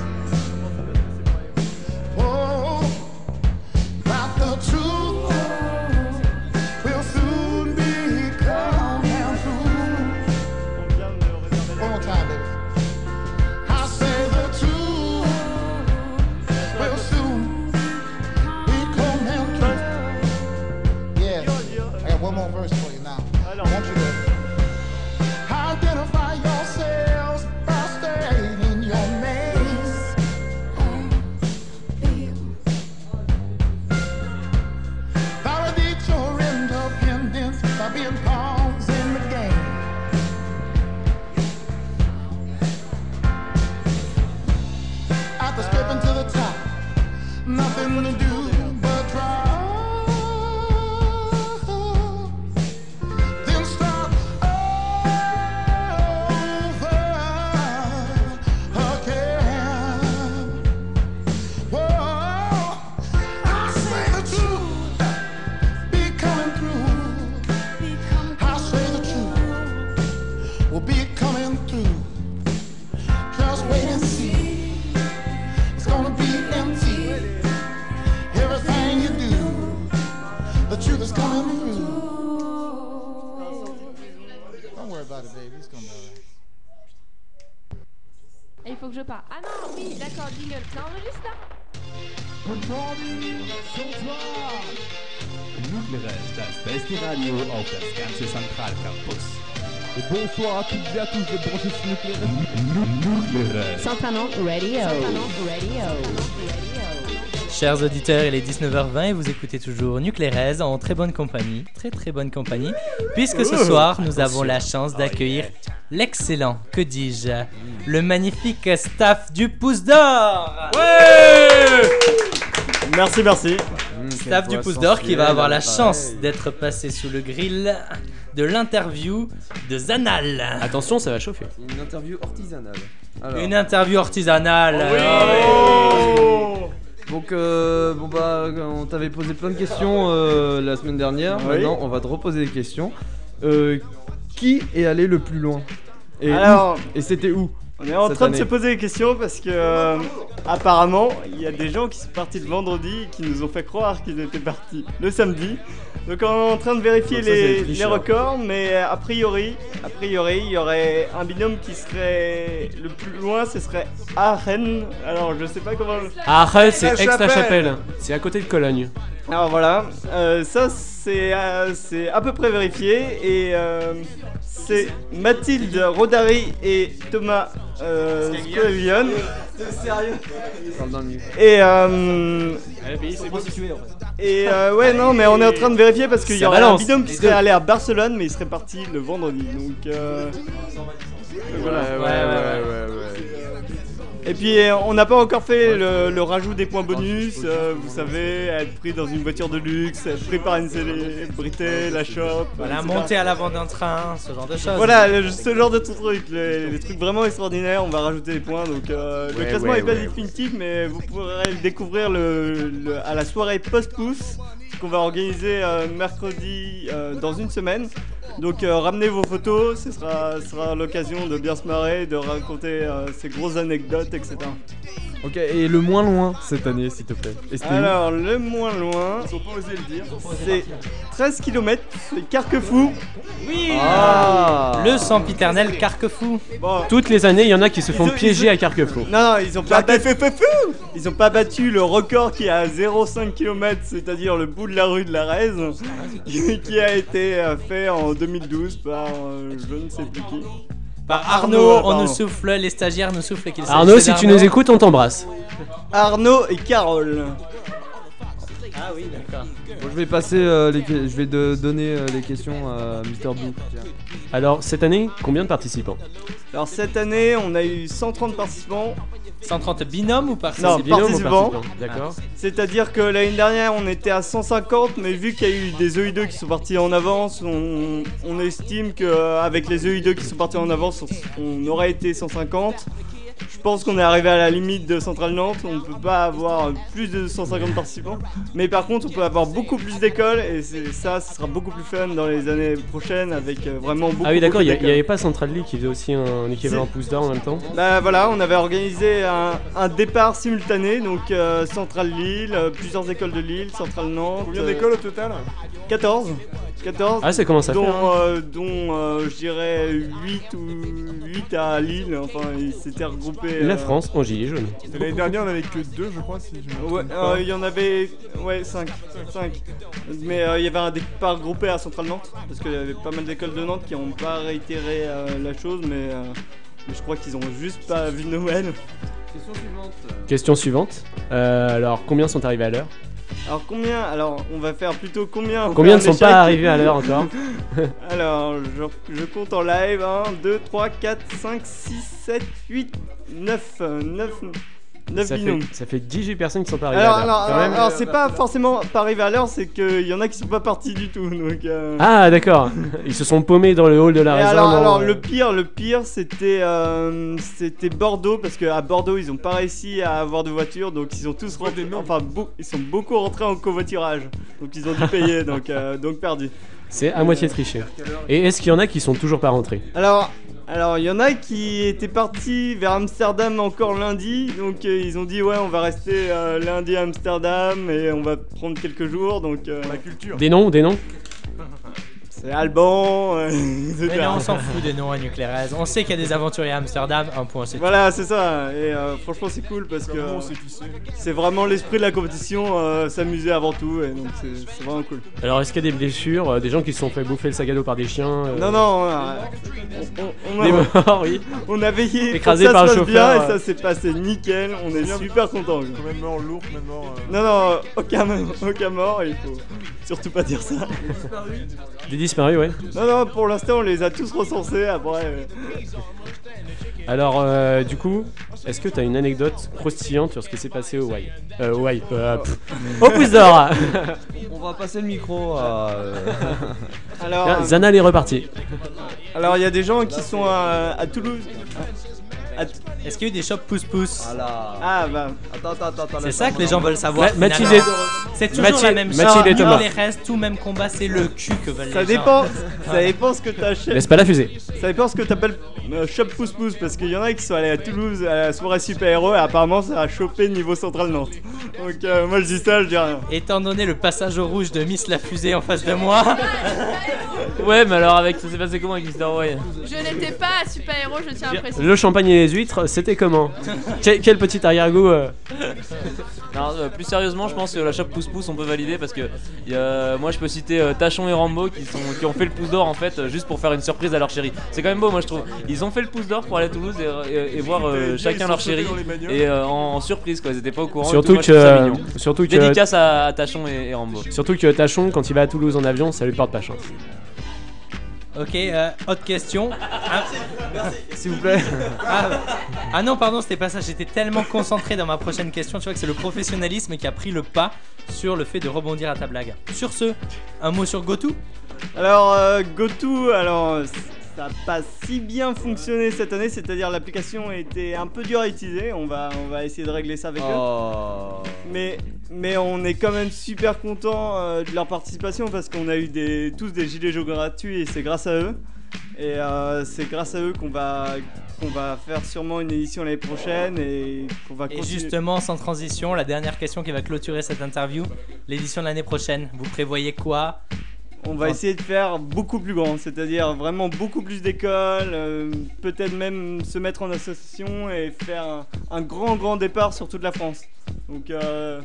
oh, that the truth will soon be coming through. One more time, baby. I say the truth will soon be coming through. Yeah, I got one more verse for you now. I want you to identify yourselves by stating your names. Validate your independence by being pawns in the game. After skipping to the top, nothing to do but drop. Then start over again. Whoa, I say the truth, be coming through. I say the truth, will be coming through. Just wait and see. It's gonna be empty. Everything you do, the truth is coming through. Don't worry about it, baby. It's gonna be alright. Et il faut que je parle. Ah non, oui, d'accord, jingle. Ça enregistre là? Nuclérez, das beste Radio auf das ganze Zentralcampus. Et bonsoir à toutes et à tous de brancher sur Nuclérez. Nuclérez. Centranon Radio. Centranon Radio. Chers auditeurs, il est dix-neuf heures vingt et vous écoutez toujours Nuclérez en très bonne compagnie, très très bonne compagnie, puisque ce soir nous avons la chance d'accueillir l'excellent, que dis-je, le magnifique staff du Pouce d'Or. Merci, merci. Staff du Pouce d'Or qui va avoir la chance d'être passé sous le grill de l'interview de Zanal. Attention, ça va chauffer. Une interview artisanale. Alors. Une interview artisanale. Oh Donc euh, bon bah on t'avait posé plein de questions euh, la semaine dernière. Oui. Maintenant on va te reposer des questions. Euh, qui est allé le plus loin Et Alors, où Et c'était où On est en cette train de année se poser des questions parce que euh, apparemment il y a des gens qui sont partis le vendredi et qui nous ont fait croire qu'ils étaient partis le samedi. Donc on est en train de vérifier Donc ça, c'est les, les tricheurs. les records, mais a priori, a priori il y aurait un binôme qui serait le plus loin, ce serait Aachen. Alors je sais pas comment. Arrête, c'est La Aix-la-Chapelle. C'est à côté de Cologne. Alors voilà, euh, ça c'est euh, c'est à peu près vérifié et euh, c'est Mathilde Rodari et Thomas euh, Scolavion. T'es sérieux Parle dans le micro. Et euh, et euh, ouais non mais on est en train de vérifier parce qu'il y Ça aurait balance. un binôme qui Les serait deux. allé à Barcelone mais il serait parti le vendredi donc euh, voilà. Ouais, ouais, ouais, ouais, ouais. Et puis euh, on n'a pas encore fait le, le rajout des points bonus, euh, vous savez, être pris dans une voiture de luxe, être pris par une célébrité, la shop. Voilà, et cetera. monter à l'avant d'un train, ce genre de choses. Voilà, le- ce genre de trucs, les, les trucs vraiment extraordinaires, on va rajouter des points. Donc euh, le Ouais, classement ouais, est pas ouais. définitif, mais vous pourrez le découvrir le, le- à la soirée post-pouce qu'on va organiser euh, mercredi euh, dans une semaine. Donc euh, ramenez vos photos, ce sera, ce sera l'occasion de bien se marrer, de raconter euh, ces grosses anecdotes, et cetera. Ok, et le moins loin cette année s'il te plaît. Et c'était où Alors le moins loin, Ils ont pas osé le dire. c'est treize kilomètres, c'est Carquefou. Oui Ah. Le sempiternel Carquefou. Bon, Toutes les années, il y en a qui se font Ils ont- piéger ils ont- à Carquefou. non, non, ils ont pas battu. Ils ont pas battu le record qui est à zéro virgule cinq kilomètres, c'est-à-dire le bout de la rue de la Rèze, qui a été euh, fait en deux mille douze par euh, je ne sais plus qui. Par Arnaud, Arnaud, on pardon. nous souffle, les stagiaires nous soufflent qu'il Arnaud, s'agissait si tu d'Arnaud. nous écoutes, on t'embrasse. Arnaud et Carole. Ah oui, d'accord. Bon, je vais passer euh, les que- je vais de- donner euh, les questions à Mister Blue. Alors, cette année, combien de participants? Alors cette année, on a eu cent trente participants. cent trente binômes ou par Non, binôme ou participants. D'accord. C'est-à-dire que l'année dernière, on était à cent cinquante, mais vu qu'il y a eu des E I deux qui sont partis en avance, on, on estime qu'avec les E I deux qui sont partis en avance, on, on aurait été cent cinquante. Je pense qu'on est arrivé à la limite de Centrale Nantes, on ne peut pas avoir plus de cent cinquante participants. Mais par contre, on peut avoir beaucoup plus d'écoles et c'est- ça, ce sera beaucoup plus fun dans les années prochaines avec euh, vraiment beaucoup Ah oui, d'accord, beaucoup il n'y d'écoles. avait pas Central League qui faisait aussi un équivalent pouce d'or en même temps? Bah voilà, on avait organisé un, un départ simultané, donc euh, Centrale Lille, euh, plusieurs écoles de Lille, Centrale Nantes. Combien euh, d'écoles au total? quatorze. quatorze. Ah, ça commence à dont, faire, hein. euh, dont euh, je dirais huit ou huit à Lille, enfin ils s'étaient regroupés. La euh, France en gilet jaune. L'année dernière, on avait que deux, je crois. Si je me Ouais, trompe pas. euh, il y en avait ouais cinq. Mais euh, il y avait un départ regroupé à Centrale Nantes, parce qu'il y avait pas mal d'écoles de Nantes qui n'ont pas réitéré euh, la chose, mais, euh, mais je crois qu'ils ont juste pas vu Noël. Question suivante. Question suivante. Euh, alors, combien sont arrivés à l'heure? Alors combien Alors on va faire plutôt combien on Combien ne fait un sont pas échec arrivés à l'heure encore? Alors je, je compte en live un, deux, trois, quatre, cinq, six, sept, huit, neuf, neuf, neuf Ça binômes. fait, ça fait dix-huit personnes qui sont pas arrivées Alors, à l'heure. alors, Quand alors, même. alors, c'est pas forcément pas arrivé à l'heure, c'est qu'il y en a qui sont pas partis du tout. Donc, euh, Ah, d'accord. Ils se sont paumés dans le hall de la Et réserve. alors, dans- alors, le pire, le pire, c'était euh, c'était Bordeaux parce qu'à Bordeaux ils ont pas réussi à avoir de voiture, donc ils ont tous rentré, enfin beau- ils sont beaucoup rentrés en covoiturage, donc ils ont dû payer, donc euh, donc perdu. C'est à moitié triché. Et est-ce qu'il y en a qui sont toujours pas rentrés? Alors, alors il y en a qui étaient partis vers Amsterdam encore lundi, donc euh, ils ont dit ouais on va rester euh, lundi à Amsterdam et on va prendre quelques jours, donc euh, la culture. Des noms, des noms? C'est Alban. euh, et cetera. Mais non, on s'en fout des noms à Nuclérez. On sait qu'il y a des aventuriers à Amsterdam, un point c'est tout. Voilà, c'est ça. Et euh, franchement, c'est cool parce que Comment on sait qui c'est c'est vraiment l'esprit de la compétition, euh, s'amuser avant tout, et donc c'est c'est vraiment cool. Alors, est-ce qu'il y a des blessures, euh, des gens qui se sont fait bouffer le sac à dos par des chiens? euh, Non, non, on a, on, on- on a- Des morts, oui. on a veillé pour que Écrasés ça par le se passe chauffeur, bien euh. et ça s'est passé nickel. On est Combien de- super contents. Combien de morts lourds, combien de morts euh, Non, non, aucun, aucun mort, il faut surtout pas dire ça. Des disparus, ouais. Non, non, pour l'instant, on les a tous recensés. Après, euh, Alors, euh, du coup, est-ce que tu as une anecdote croustillante sur ce qui s'est passé au Y euh, Au Y, euh, pff, au Pouce d'Or. On va passer le micro à. euh, Alors, Là, Zanal est reparti. alors il y a des gens qui sont à, à Toulouse. À T- Est-ce qu'il y a eu des shops pouce-pouce Ah bah. Attends, attends, attends. C'est ça que les gens veulent savoir. Ma- Mathilde finalement. est- C'est toujours Mathilde- la même chose. Mathilde et Tous Thomas. les restes, tout même combat, c'est le cul que veulent Ça les dépend, gens. ça dépend ce que t'achètes. Laisse pas la fusée. Ça dépend ce que t'appelles euh, shop pouce pouce parce qu'il y en a qui sont allés à Toulouse à la soirée super héros et apparemment ça a chopé niveau central Nantes. Donc euh, moi je dis ça, je dis rien. Étant donné le passage au rouge de Miss la fusée en face de moi. Ouais, mais alors avec ça s'est passé comment avec mister Roy? Je n'étais pas super héros, je tiens à préciser. Le champagne et les huîtres, c'était comment? quel, quel petit arrière-goût euh... Non, euh, plus sérieusement, je pense que la shop pouce pouce on peut valider parce que y a, moi je peux citer euh, Tachon et Rambo qui, sont, qui ont fait le pouce d'or en fait euh, juste pour faire une surprise à leur chérie. C'est quand même beau, moi je trouve. Ils ont fait le pouce d'or pour aller à Toulouse et, et- et voir euh, Ils chacun sont leur sautés chérie dans les bagnoles. et euh, en, en surprise quoi, ils étaient pas au courant. et Surtout tout. Moi, je trouve ça que, mignon. surtout que, Dédicace à, à Tachon et, et Rambo. surtout que Tachon, quand il va à Toulouse en avion, ça lui porte pas chance. Ok, euh, autre question. Ah, S'il vous plaît. ah, ah non, pardon, c'était pas ça. J'étais tellement concentré dans ma prochaine question. Tu vois que c'est le professionnalisme qui a pris le pas sur le fait de rebondir à ta blague. Sur ce, un mot sur GoTo. Alors euh, GoTo, alors ça n'a pas si bien fonctionné cette année, c'est-à-dire l'application était un peu dure à utiliser. On va, on va essayer de régler ça avec Oh. eux. Mais, mais on est quand même super content euh, de leur participation parce qu'on a eu des, tous des gilets jaunes gratuits et c'est grâce à eux. Et euh, c'est grâce à eux qu'on va, qu'on va faire sûrement une édition l'année prochaine et qu'on va Et continuer. justement, sans transition, la dernière question qui va clôturer cette interview, l'édition de l'année prochaine. Vous prévoyez quoi? On va essayer de faire beaucoup plus grand, c'est-à-dire vraiment beaucoup plus d'écoles, euh, peut-être même se mettre en association et faire un, un grand grand départ sur toute la France. Donc euh...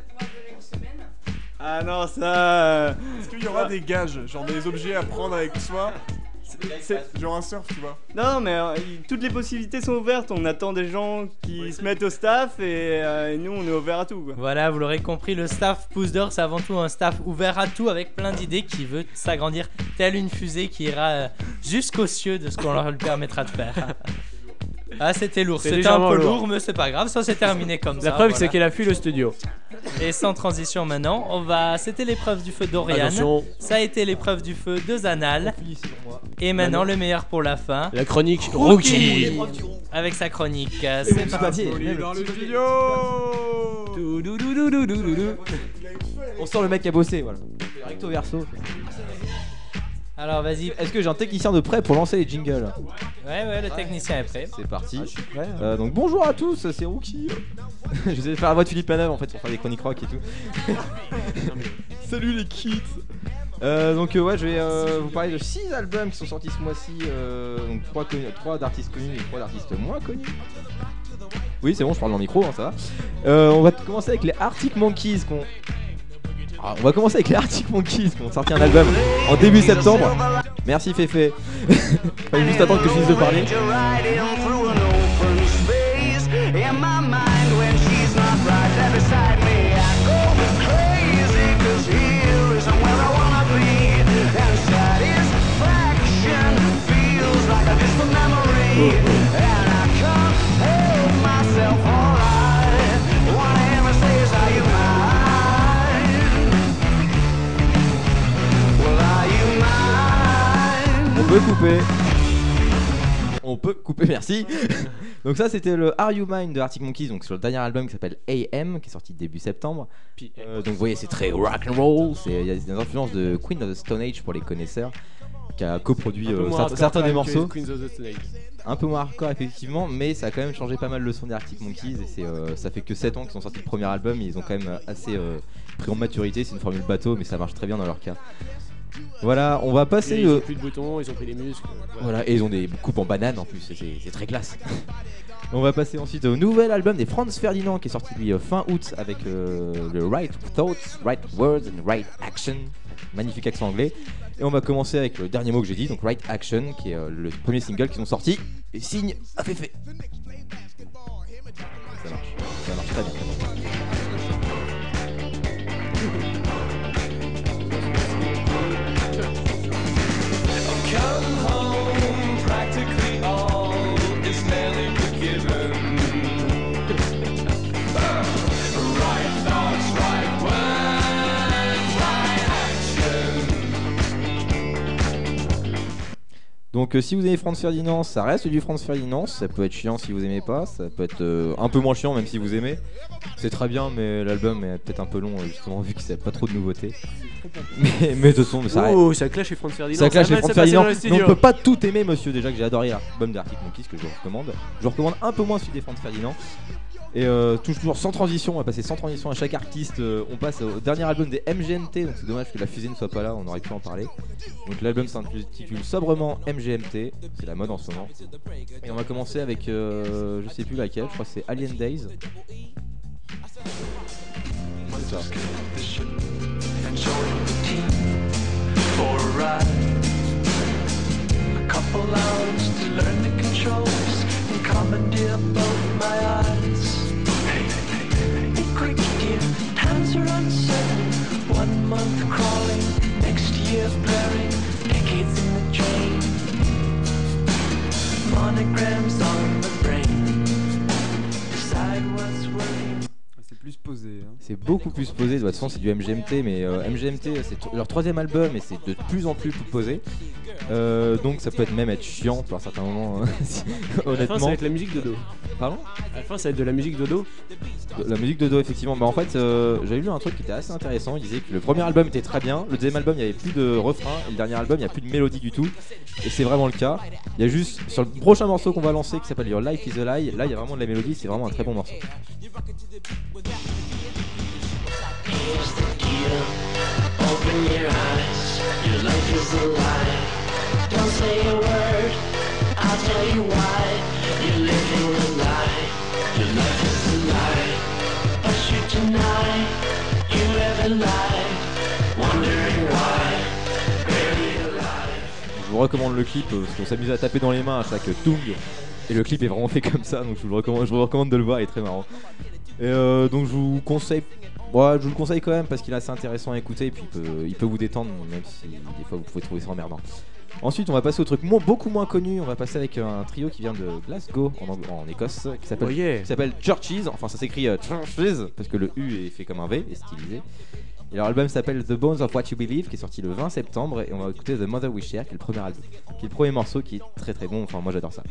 Ah non ça... euh, Est-ce qu'il y aura des gages, genre des objets à prendre avec soi? C'est genre un surf, tu vois. Non mais euh, y- toutes les possibilités sont ouvertes, on attend des gens qui se mettent au staff et, euh, et nous on est ouvert à tout quoi. Voilà, vous l'aurez compris, le staff Pouce d'Or, c'est avant tout un staff ouvert à tout avec plein d'idées qui veut s'agrandir telle une fusée qui ira euh, jusqu'aux cieux de ce qu'on leur permettra de faire. Ah, c'était lourd, C'est c'était un légèrement peu lourd. lourd, mais c'est pas grave, ça s'est terminé comme ça. La preuve, voilà. c'est qu'elle a fui le studio. Et sans transition maintenant, on va. C'était l'épreuve du feu d'Oriane. Attention. Ça a été l'épreuve du feu de Zanal. Et maintenant, le meilleur pour la fin. La chronique Rookie. Avec sa chronique. Euh, C'est parti. Dans le studio. On sent le mec qui a bossé, voilà. Recto verso. Alors vas-y. Est-ce que j'ai un technicien de prêt pour lancer les jingles? Ouais, ouais, le technicien est prêt. C'est parti. je suis prêt. Euh, donc bonjour à tous, c'est Rookie. Je vais faire la voix de Philippe Manœuvre en fait pour faire des chroniques rock et tout. Salut les kids. Euh, donc euh, ouais, je vais euh, vous parler de six albums qui sont sortis ce mois-ci. Euh, donc trois d'artistes connus et trois d'artistes moins connus. Oui, c'est bon, je parle dans le micro, hein, ça va. Euh, on va commencer avec les Arctic Monkeys qu'on... Ah, on va commencer avec les Arctic Monkeys qui ont sorti un album en début septembre. Merci Féfé. Fallait juste attendre que je finisse de parler. On peut couper. On peut couper, merci. Donc ça c'était le Are You Mine de Arctic Monkeys, donc sur le dernier album qui s'appelle A M, qui est sorti début septembre. Euh, donc vous voyez c'est très rock and roll, il y a des influences de Queen of the Stone Age pour les connaisseurs, qui a coproduit euh, certains, certains des morceaux. Un peu moins hardcore effectivement, mais ça a quand même changé pas mal le son des Arctic Monkeys et c'est, euh, ça fait que sept ans qu'ils sont sortis le premier album et ils ont quand même assez euh, pris en maturité. C'est une formule bateau mais ça marche très bien dans leur cas. Voilà, on va passer Et ils le... ont plus de boutons, ils ont pris des muscles. Voilà, et ils ont des coupes en banane en plus, c'est, c'est très classe. On va passer ensuite au nouvel album des Franz Ferdinand qui est sorti lui euh, fin août avec euh, le Right Thoughts, Right Words and Right Action. Magnifique accent anglais. Et on va commencer avec le dernier mot que j'ai dit, donc Right Action, qui est euh, le premier single qu'ils ont sorti. Et signe à Féfé. Ça marche, ça marche très bien. Come home, practically all is melody. Donc euh, si vous aimez Franz Ferdinand, ça reste du Franz Ferdinand. Ça peut être chiant si vous aimez pas, ça peut être euh, un peu moins chiant même si vous aimez. C'est très bien, mais l'album est peut-être un peu long justement vu qu'il n'y a pas trop de nouveautés. Mais, mais de toute façon, ça Oh, ça clash chez Franz Ferdinand. Ça clash Ça chez va Franz se passer Ferdinand. dans le Mais studio. on peut pas tout aimer, monsieur. Déjà que j'ai adoré l'album d'Arctic Monkeys que je vous recommande. Je vous recommande un peu moins celui des Franz Ferdinand. Et euh, toujours sans transition, on va passer sans transition à chaque artiste. Euh, on passe au dernier album des M G M T. Donc c'est dommage que la fusée ne soit pas là, on aurait pu en parler. Donc l'album s'intitule sobrement M G M T. C'est la mode en ce moment. Et on va commencer avec euh, je sais plus laquelle, je crois que c'est Alien Days. C'est ça. For a ride, a couple hours to learn the controls and commandeer both my eyes. Hey, hey, hey, hey, quick dear, times are uncertain. One month crawling, next year blaring, decades in the drain. Monograms on the brain. Decide what's working. C'est plus posé. Hein. C'est beaucoup plus posé, de toute façon c'est du M G M T, mais euh, M G M T c'est t- leur troisième album et c'est de plus en plus posé. Euh, donc ça peut être même être chiant par certains moments, hein, si- À la honnêtement. fin, ça va être la musique de dos. Pardon ? À la fin, ça va être de la musique de dos. La musique de dos effectivement, bah en fait euh, j'avais lu un truc qui était assez intéressant, il disait que le premier album était très bien, le deuxième album il n'y avait plus de refrain, et le dernier album il n'y a plus de mélodie du tout, et c'est vraiment le cas. Il y a juste, sur le prochain morceau qu'on va lancer qui s'appelle Your Life is a Lie, là il y a vraiment de la mélodie, c'est vraiment un très bon morceau. Here's the deal. Open your eyes. Your life is a lie. Don't say a word. I'll tell you why. You're living a lie. Your life is a lie. But you deny you ever lied. Wondering why. Barely alive. Je vous recommande le clip euh, parce qu'on s'amuse à taper dans les mains à chaque tung, et le clip est vraiment fait comme ça, donc je vous le recommande, je vous recommande de le voir, il est très marrant. Et euh, donc je vous conseille, ouais, je vous le conseille quand même parce qu'il est assez intéressant à écouter et puis il peut, il peut vous détendre même si des fois vous pouvez trouver ça emmerdant. Ensuite on va passer au truc mo- beaucoup moins connu, on va passer avec un trio qui vient de Glasgow en, Ang- en Écosse qui s'appelle, Oh yeah. qui s'appelle Churches, enfin ça s'écrit euh, Churches parce que le U est fait comme un V et stylisé. Et leur album s'appelle The Bones of What You Believe qui est sorti le vingt septembre et on va écouter The Mother We Share qui est le premier album, qui est le premier morceau qui est très très bon, enfin moi j'adore ça.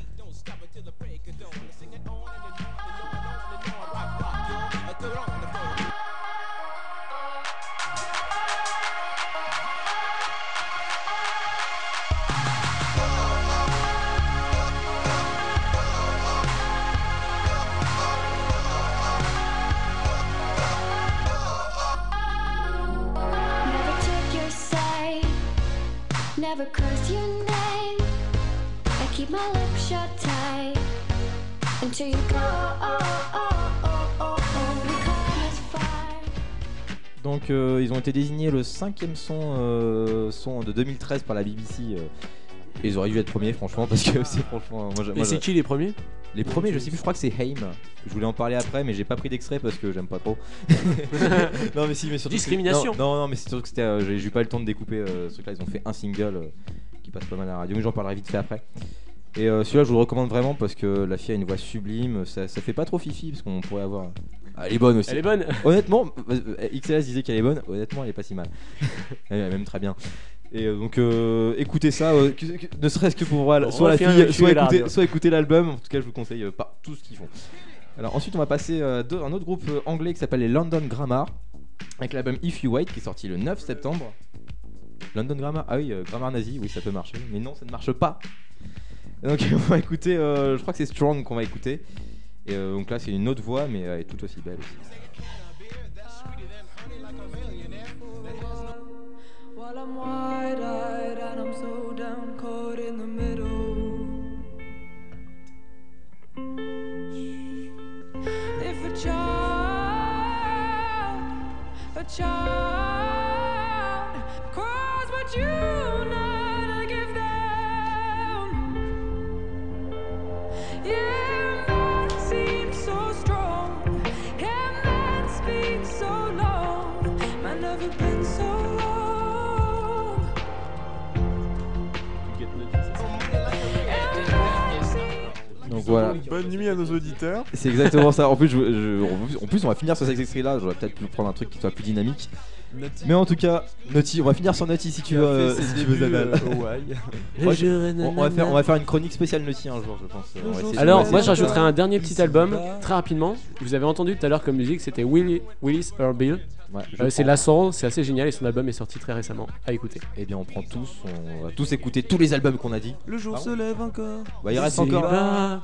Never took your side, never cursed your name. I keep my lips shut tight until you go. Oh, oh, oh, oh, oh. We call this fire. Donc euh, ils ont été désignés le cinquième son, euh, son de deux mille treize par la B B C. Euh, et ils auraient dû être premiers franchement parce que c'est franchement. Moi, Et c'est qui les premiers? Les premiers, je sais plus, je crois que c'est Haim. Je voulais en parler après, mais j'ai pas pris d'extrait parce que j'aime pas trop. Non, mais si, mais surtout. que- Discrimination. Non, non, non, mais c'est surtout que c'était. euh, j'ai j'ai eu pas le temps de découper euh, ce truc-là. Ils ont fait un single euh, qui passe pas mal à la radio, mais j'en parlerai vite fait après. Et euh, celui-là, je vous le recommande vraiment parce que la fille a une voix sublime. Ça, ça fait pas trop fifi parce qu'on pourrait avoir. Ah, elle est bonne aussi. Elle est bonne. Honnêtement, euh, X L S disait qu'elle est bonne. Honnêtement, elle est pas si mal. Elle est même très bien. Et euh, donc euh, écoutez ça, euh, que- que- ne serait-ce que pour voir Bon, soit la refais un fille, dessus soit et la écouter, radio. soit écouter l'album. En tout cas, je vous conseille euh, pas tout ce qu'ils font. Alors ensuite, on va passer à deux- un autre groupe euh, anglais qui s'appelle les London Grammar, avec l'album If You Wait qui est sorti le neuf septembre. London Grammar, ah oui, euh, Grammar nazi, oui ça peut marcher, mais non ça ne marche pas. Et donc on va écouter, euh, je crois que c'est Strong qu'on va écouter. Et euh, donc là c'est une autre voix, mais elle est tout aussi belle aussi. While I'm wide-eyed and I'm so down, caught in the middle. If a child, a child cries what you know to give them, yeah, man seems so strong, yeah, man speaks so long, man never been so long. Donc voilà. Bonne nuit à nos auditeurs. C'est exactement ça. En plus, je, je- en plus, on va finir sur cet extrait-là. J'aurais peut-être pu prendre un truc qui soit plus dynamique. Naughty. Mais en tout cas, Naughty, on va finir sur Naughty si tu Qui a veux. fait Si ses tu veux, débuts, Zamal. euh, au Y. Moi, je- on, on va faire, on va faire une chronique spéciale Naughty un jour, je pense. On va essayer de- on Alors, va moi essayer de- j'ajouterais un dernier petit album, très rapidement. Vous avez entendu tout à l'heure comme musique, c'était Willy, Willis Earl Bill. Ouais, je Euh, c'est prends. La Soul, c'est assez génial et son album est sorti très récemment. À écouter. Eh bien, on prend tous, on va tous écouter tous les albums qu'on a dit. Le jour Pardon se lève encore. Bah, il reste C'est encore. bas.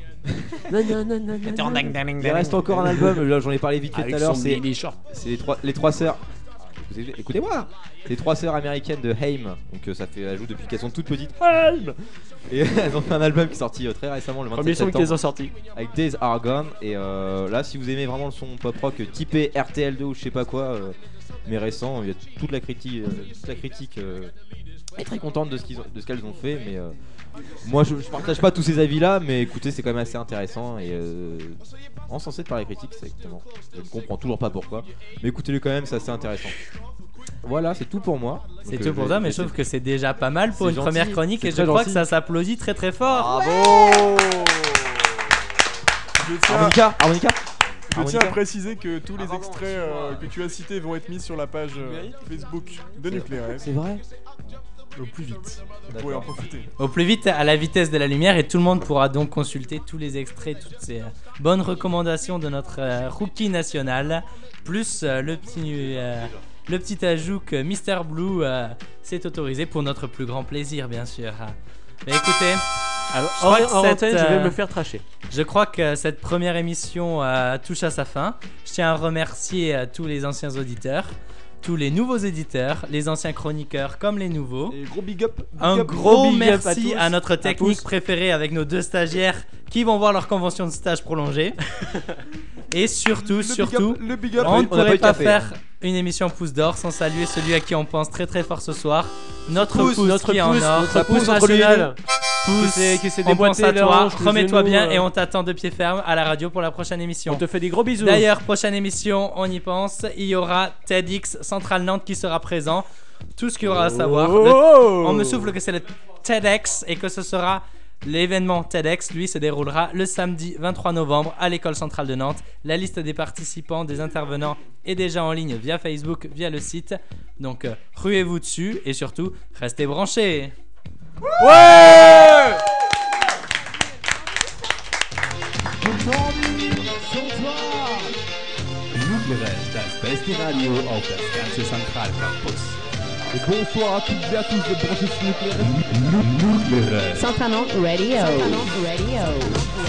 Il reste encore un album, là, j'en ai parlé vite fait Avec tout à l'heure. son C'est Billy Short. c'est les trois, les trois sœurs. Écoutez- Écoutez-moi, c'est les trois sœurs américaines de Haim. Donc euh, ça fait elles jouent depuis qu'elles sont toutes petites. Haim. Et elles ont fait un album qui est sorti euh, très récemment le vingt-sept Premier son septembre. qu'ils ont sorti. Avec Days Are Gone. Et euh, là, si vous aimez vraiment le son pop rock euh, typé R T L deux ou je sais pas quoi, euh, mais récent, il y a toute la critique, euh, toute la critique euh, est très contente de ce qu'ils ont- de ce qu'elles ont fait, mais euh, moi je, je partage pas tous ces avis là, mais écoutez, c'est quand même assez intéressant et euh, encensé par les critiques, c'est exactement. Je ne comprends toujours pas pourquoi, mais écoutez-le quand même, c'est assez intéressant. Voilà, c'est tout pour moi. C'est Donc, tout euh, pour je toi, vais- mais je trouve que c'est déjà pas mal pour C'est une première gentil, chronique c'est et je très crois que gentil. ça s'applaudit très très fort. Bravo. Je tiens, Harmonica, harmonica. je tiens Harmonica. à préciser que tous les extraits euh, que tu as cités vont être mis sur la page euh, Facebook de Nucléaire. C'est vrai. Au plus vite. Vous pourrez en profiter. Au plus vite, à la vitesse de la lumière, et tout le monde pourra donc consulter tous les extraits, toutes ces euh, bonnes recommandations de notre euh, rookie national, plus euh, le petit euh, le petit ajout que Mister Blue euh, s'est autorisé pour notre plus grand plaisir, bien sûr. Mais écoutez, Alors, je crois hors- que hors cette, antenne, je vais euh, me faire tracher. Je crois que cette première émission euh, touche à sa fin. Je tiens à remercier euh, tous les anciens auditeurs, tous les nouveaux éditeurs, les anciens chroniqueurs comme les nouveaux. Et gros big up. big Un up, gros big up merci tous, à, notre technique tous. préférée avec nos deux stagiaires qui vont voir leur convention de stage prolongée. Et surtout, Le surtout, big up, le big up. on ne On n'a pas pourrait eu de pas café, faire hein. une émission pouce d'or sans saluer celui à qui on pense très très fort ce soir. Notre Pouce, pouce, notre qui est en pouce, or. notre pouce entre lui et national. nous. Pouce, Qui s'est- qui s'est on pense déboîté à les toi. hanches, le Remets-toi genou, bien euh. et on t'attend de pied ferme à la radio pour la prochaine émission. On te fait des gros bisous. D'ailleurs, prochaine émission, on y pense. Il y aura TEDx Central Nantes qui sera présent. Tout ce qu'il y aura à savoir. Oh. Le- on me souffle que c'est le TEDx et que ce sera l'événement TEDx. Lui se déroulera le samedi vingt-trois novembre à l'école centrale de Nantes. La liste des participants, des intervenants est déjà en ligne via Facebook, via le site. Donc euh, ruez-vous dessus et surtout restez branchés. Ouais. Nucleaire, das beste Radio auf das ganze Zentralcampus. Et bonsoir à toutes et à tous de brancher sur Nucléaire. Nucleaire. Central Nantes Radio. Central Nantes Radio.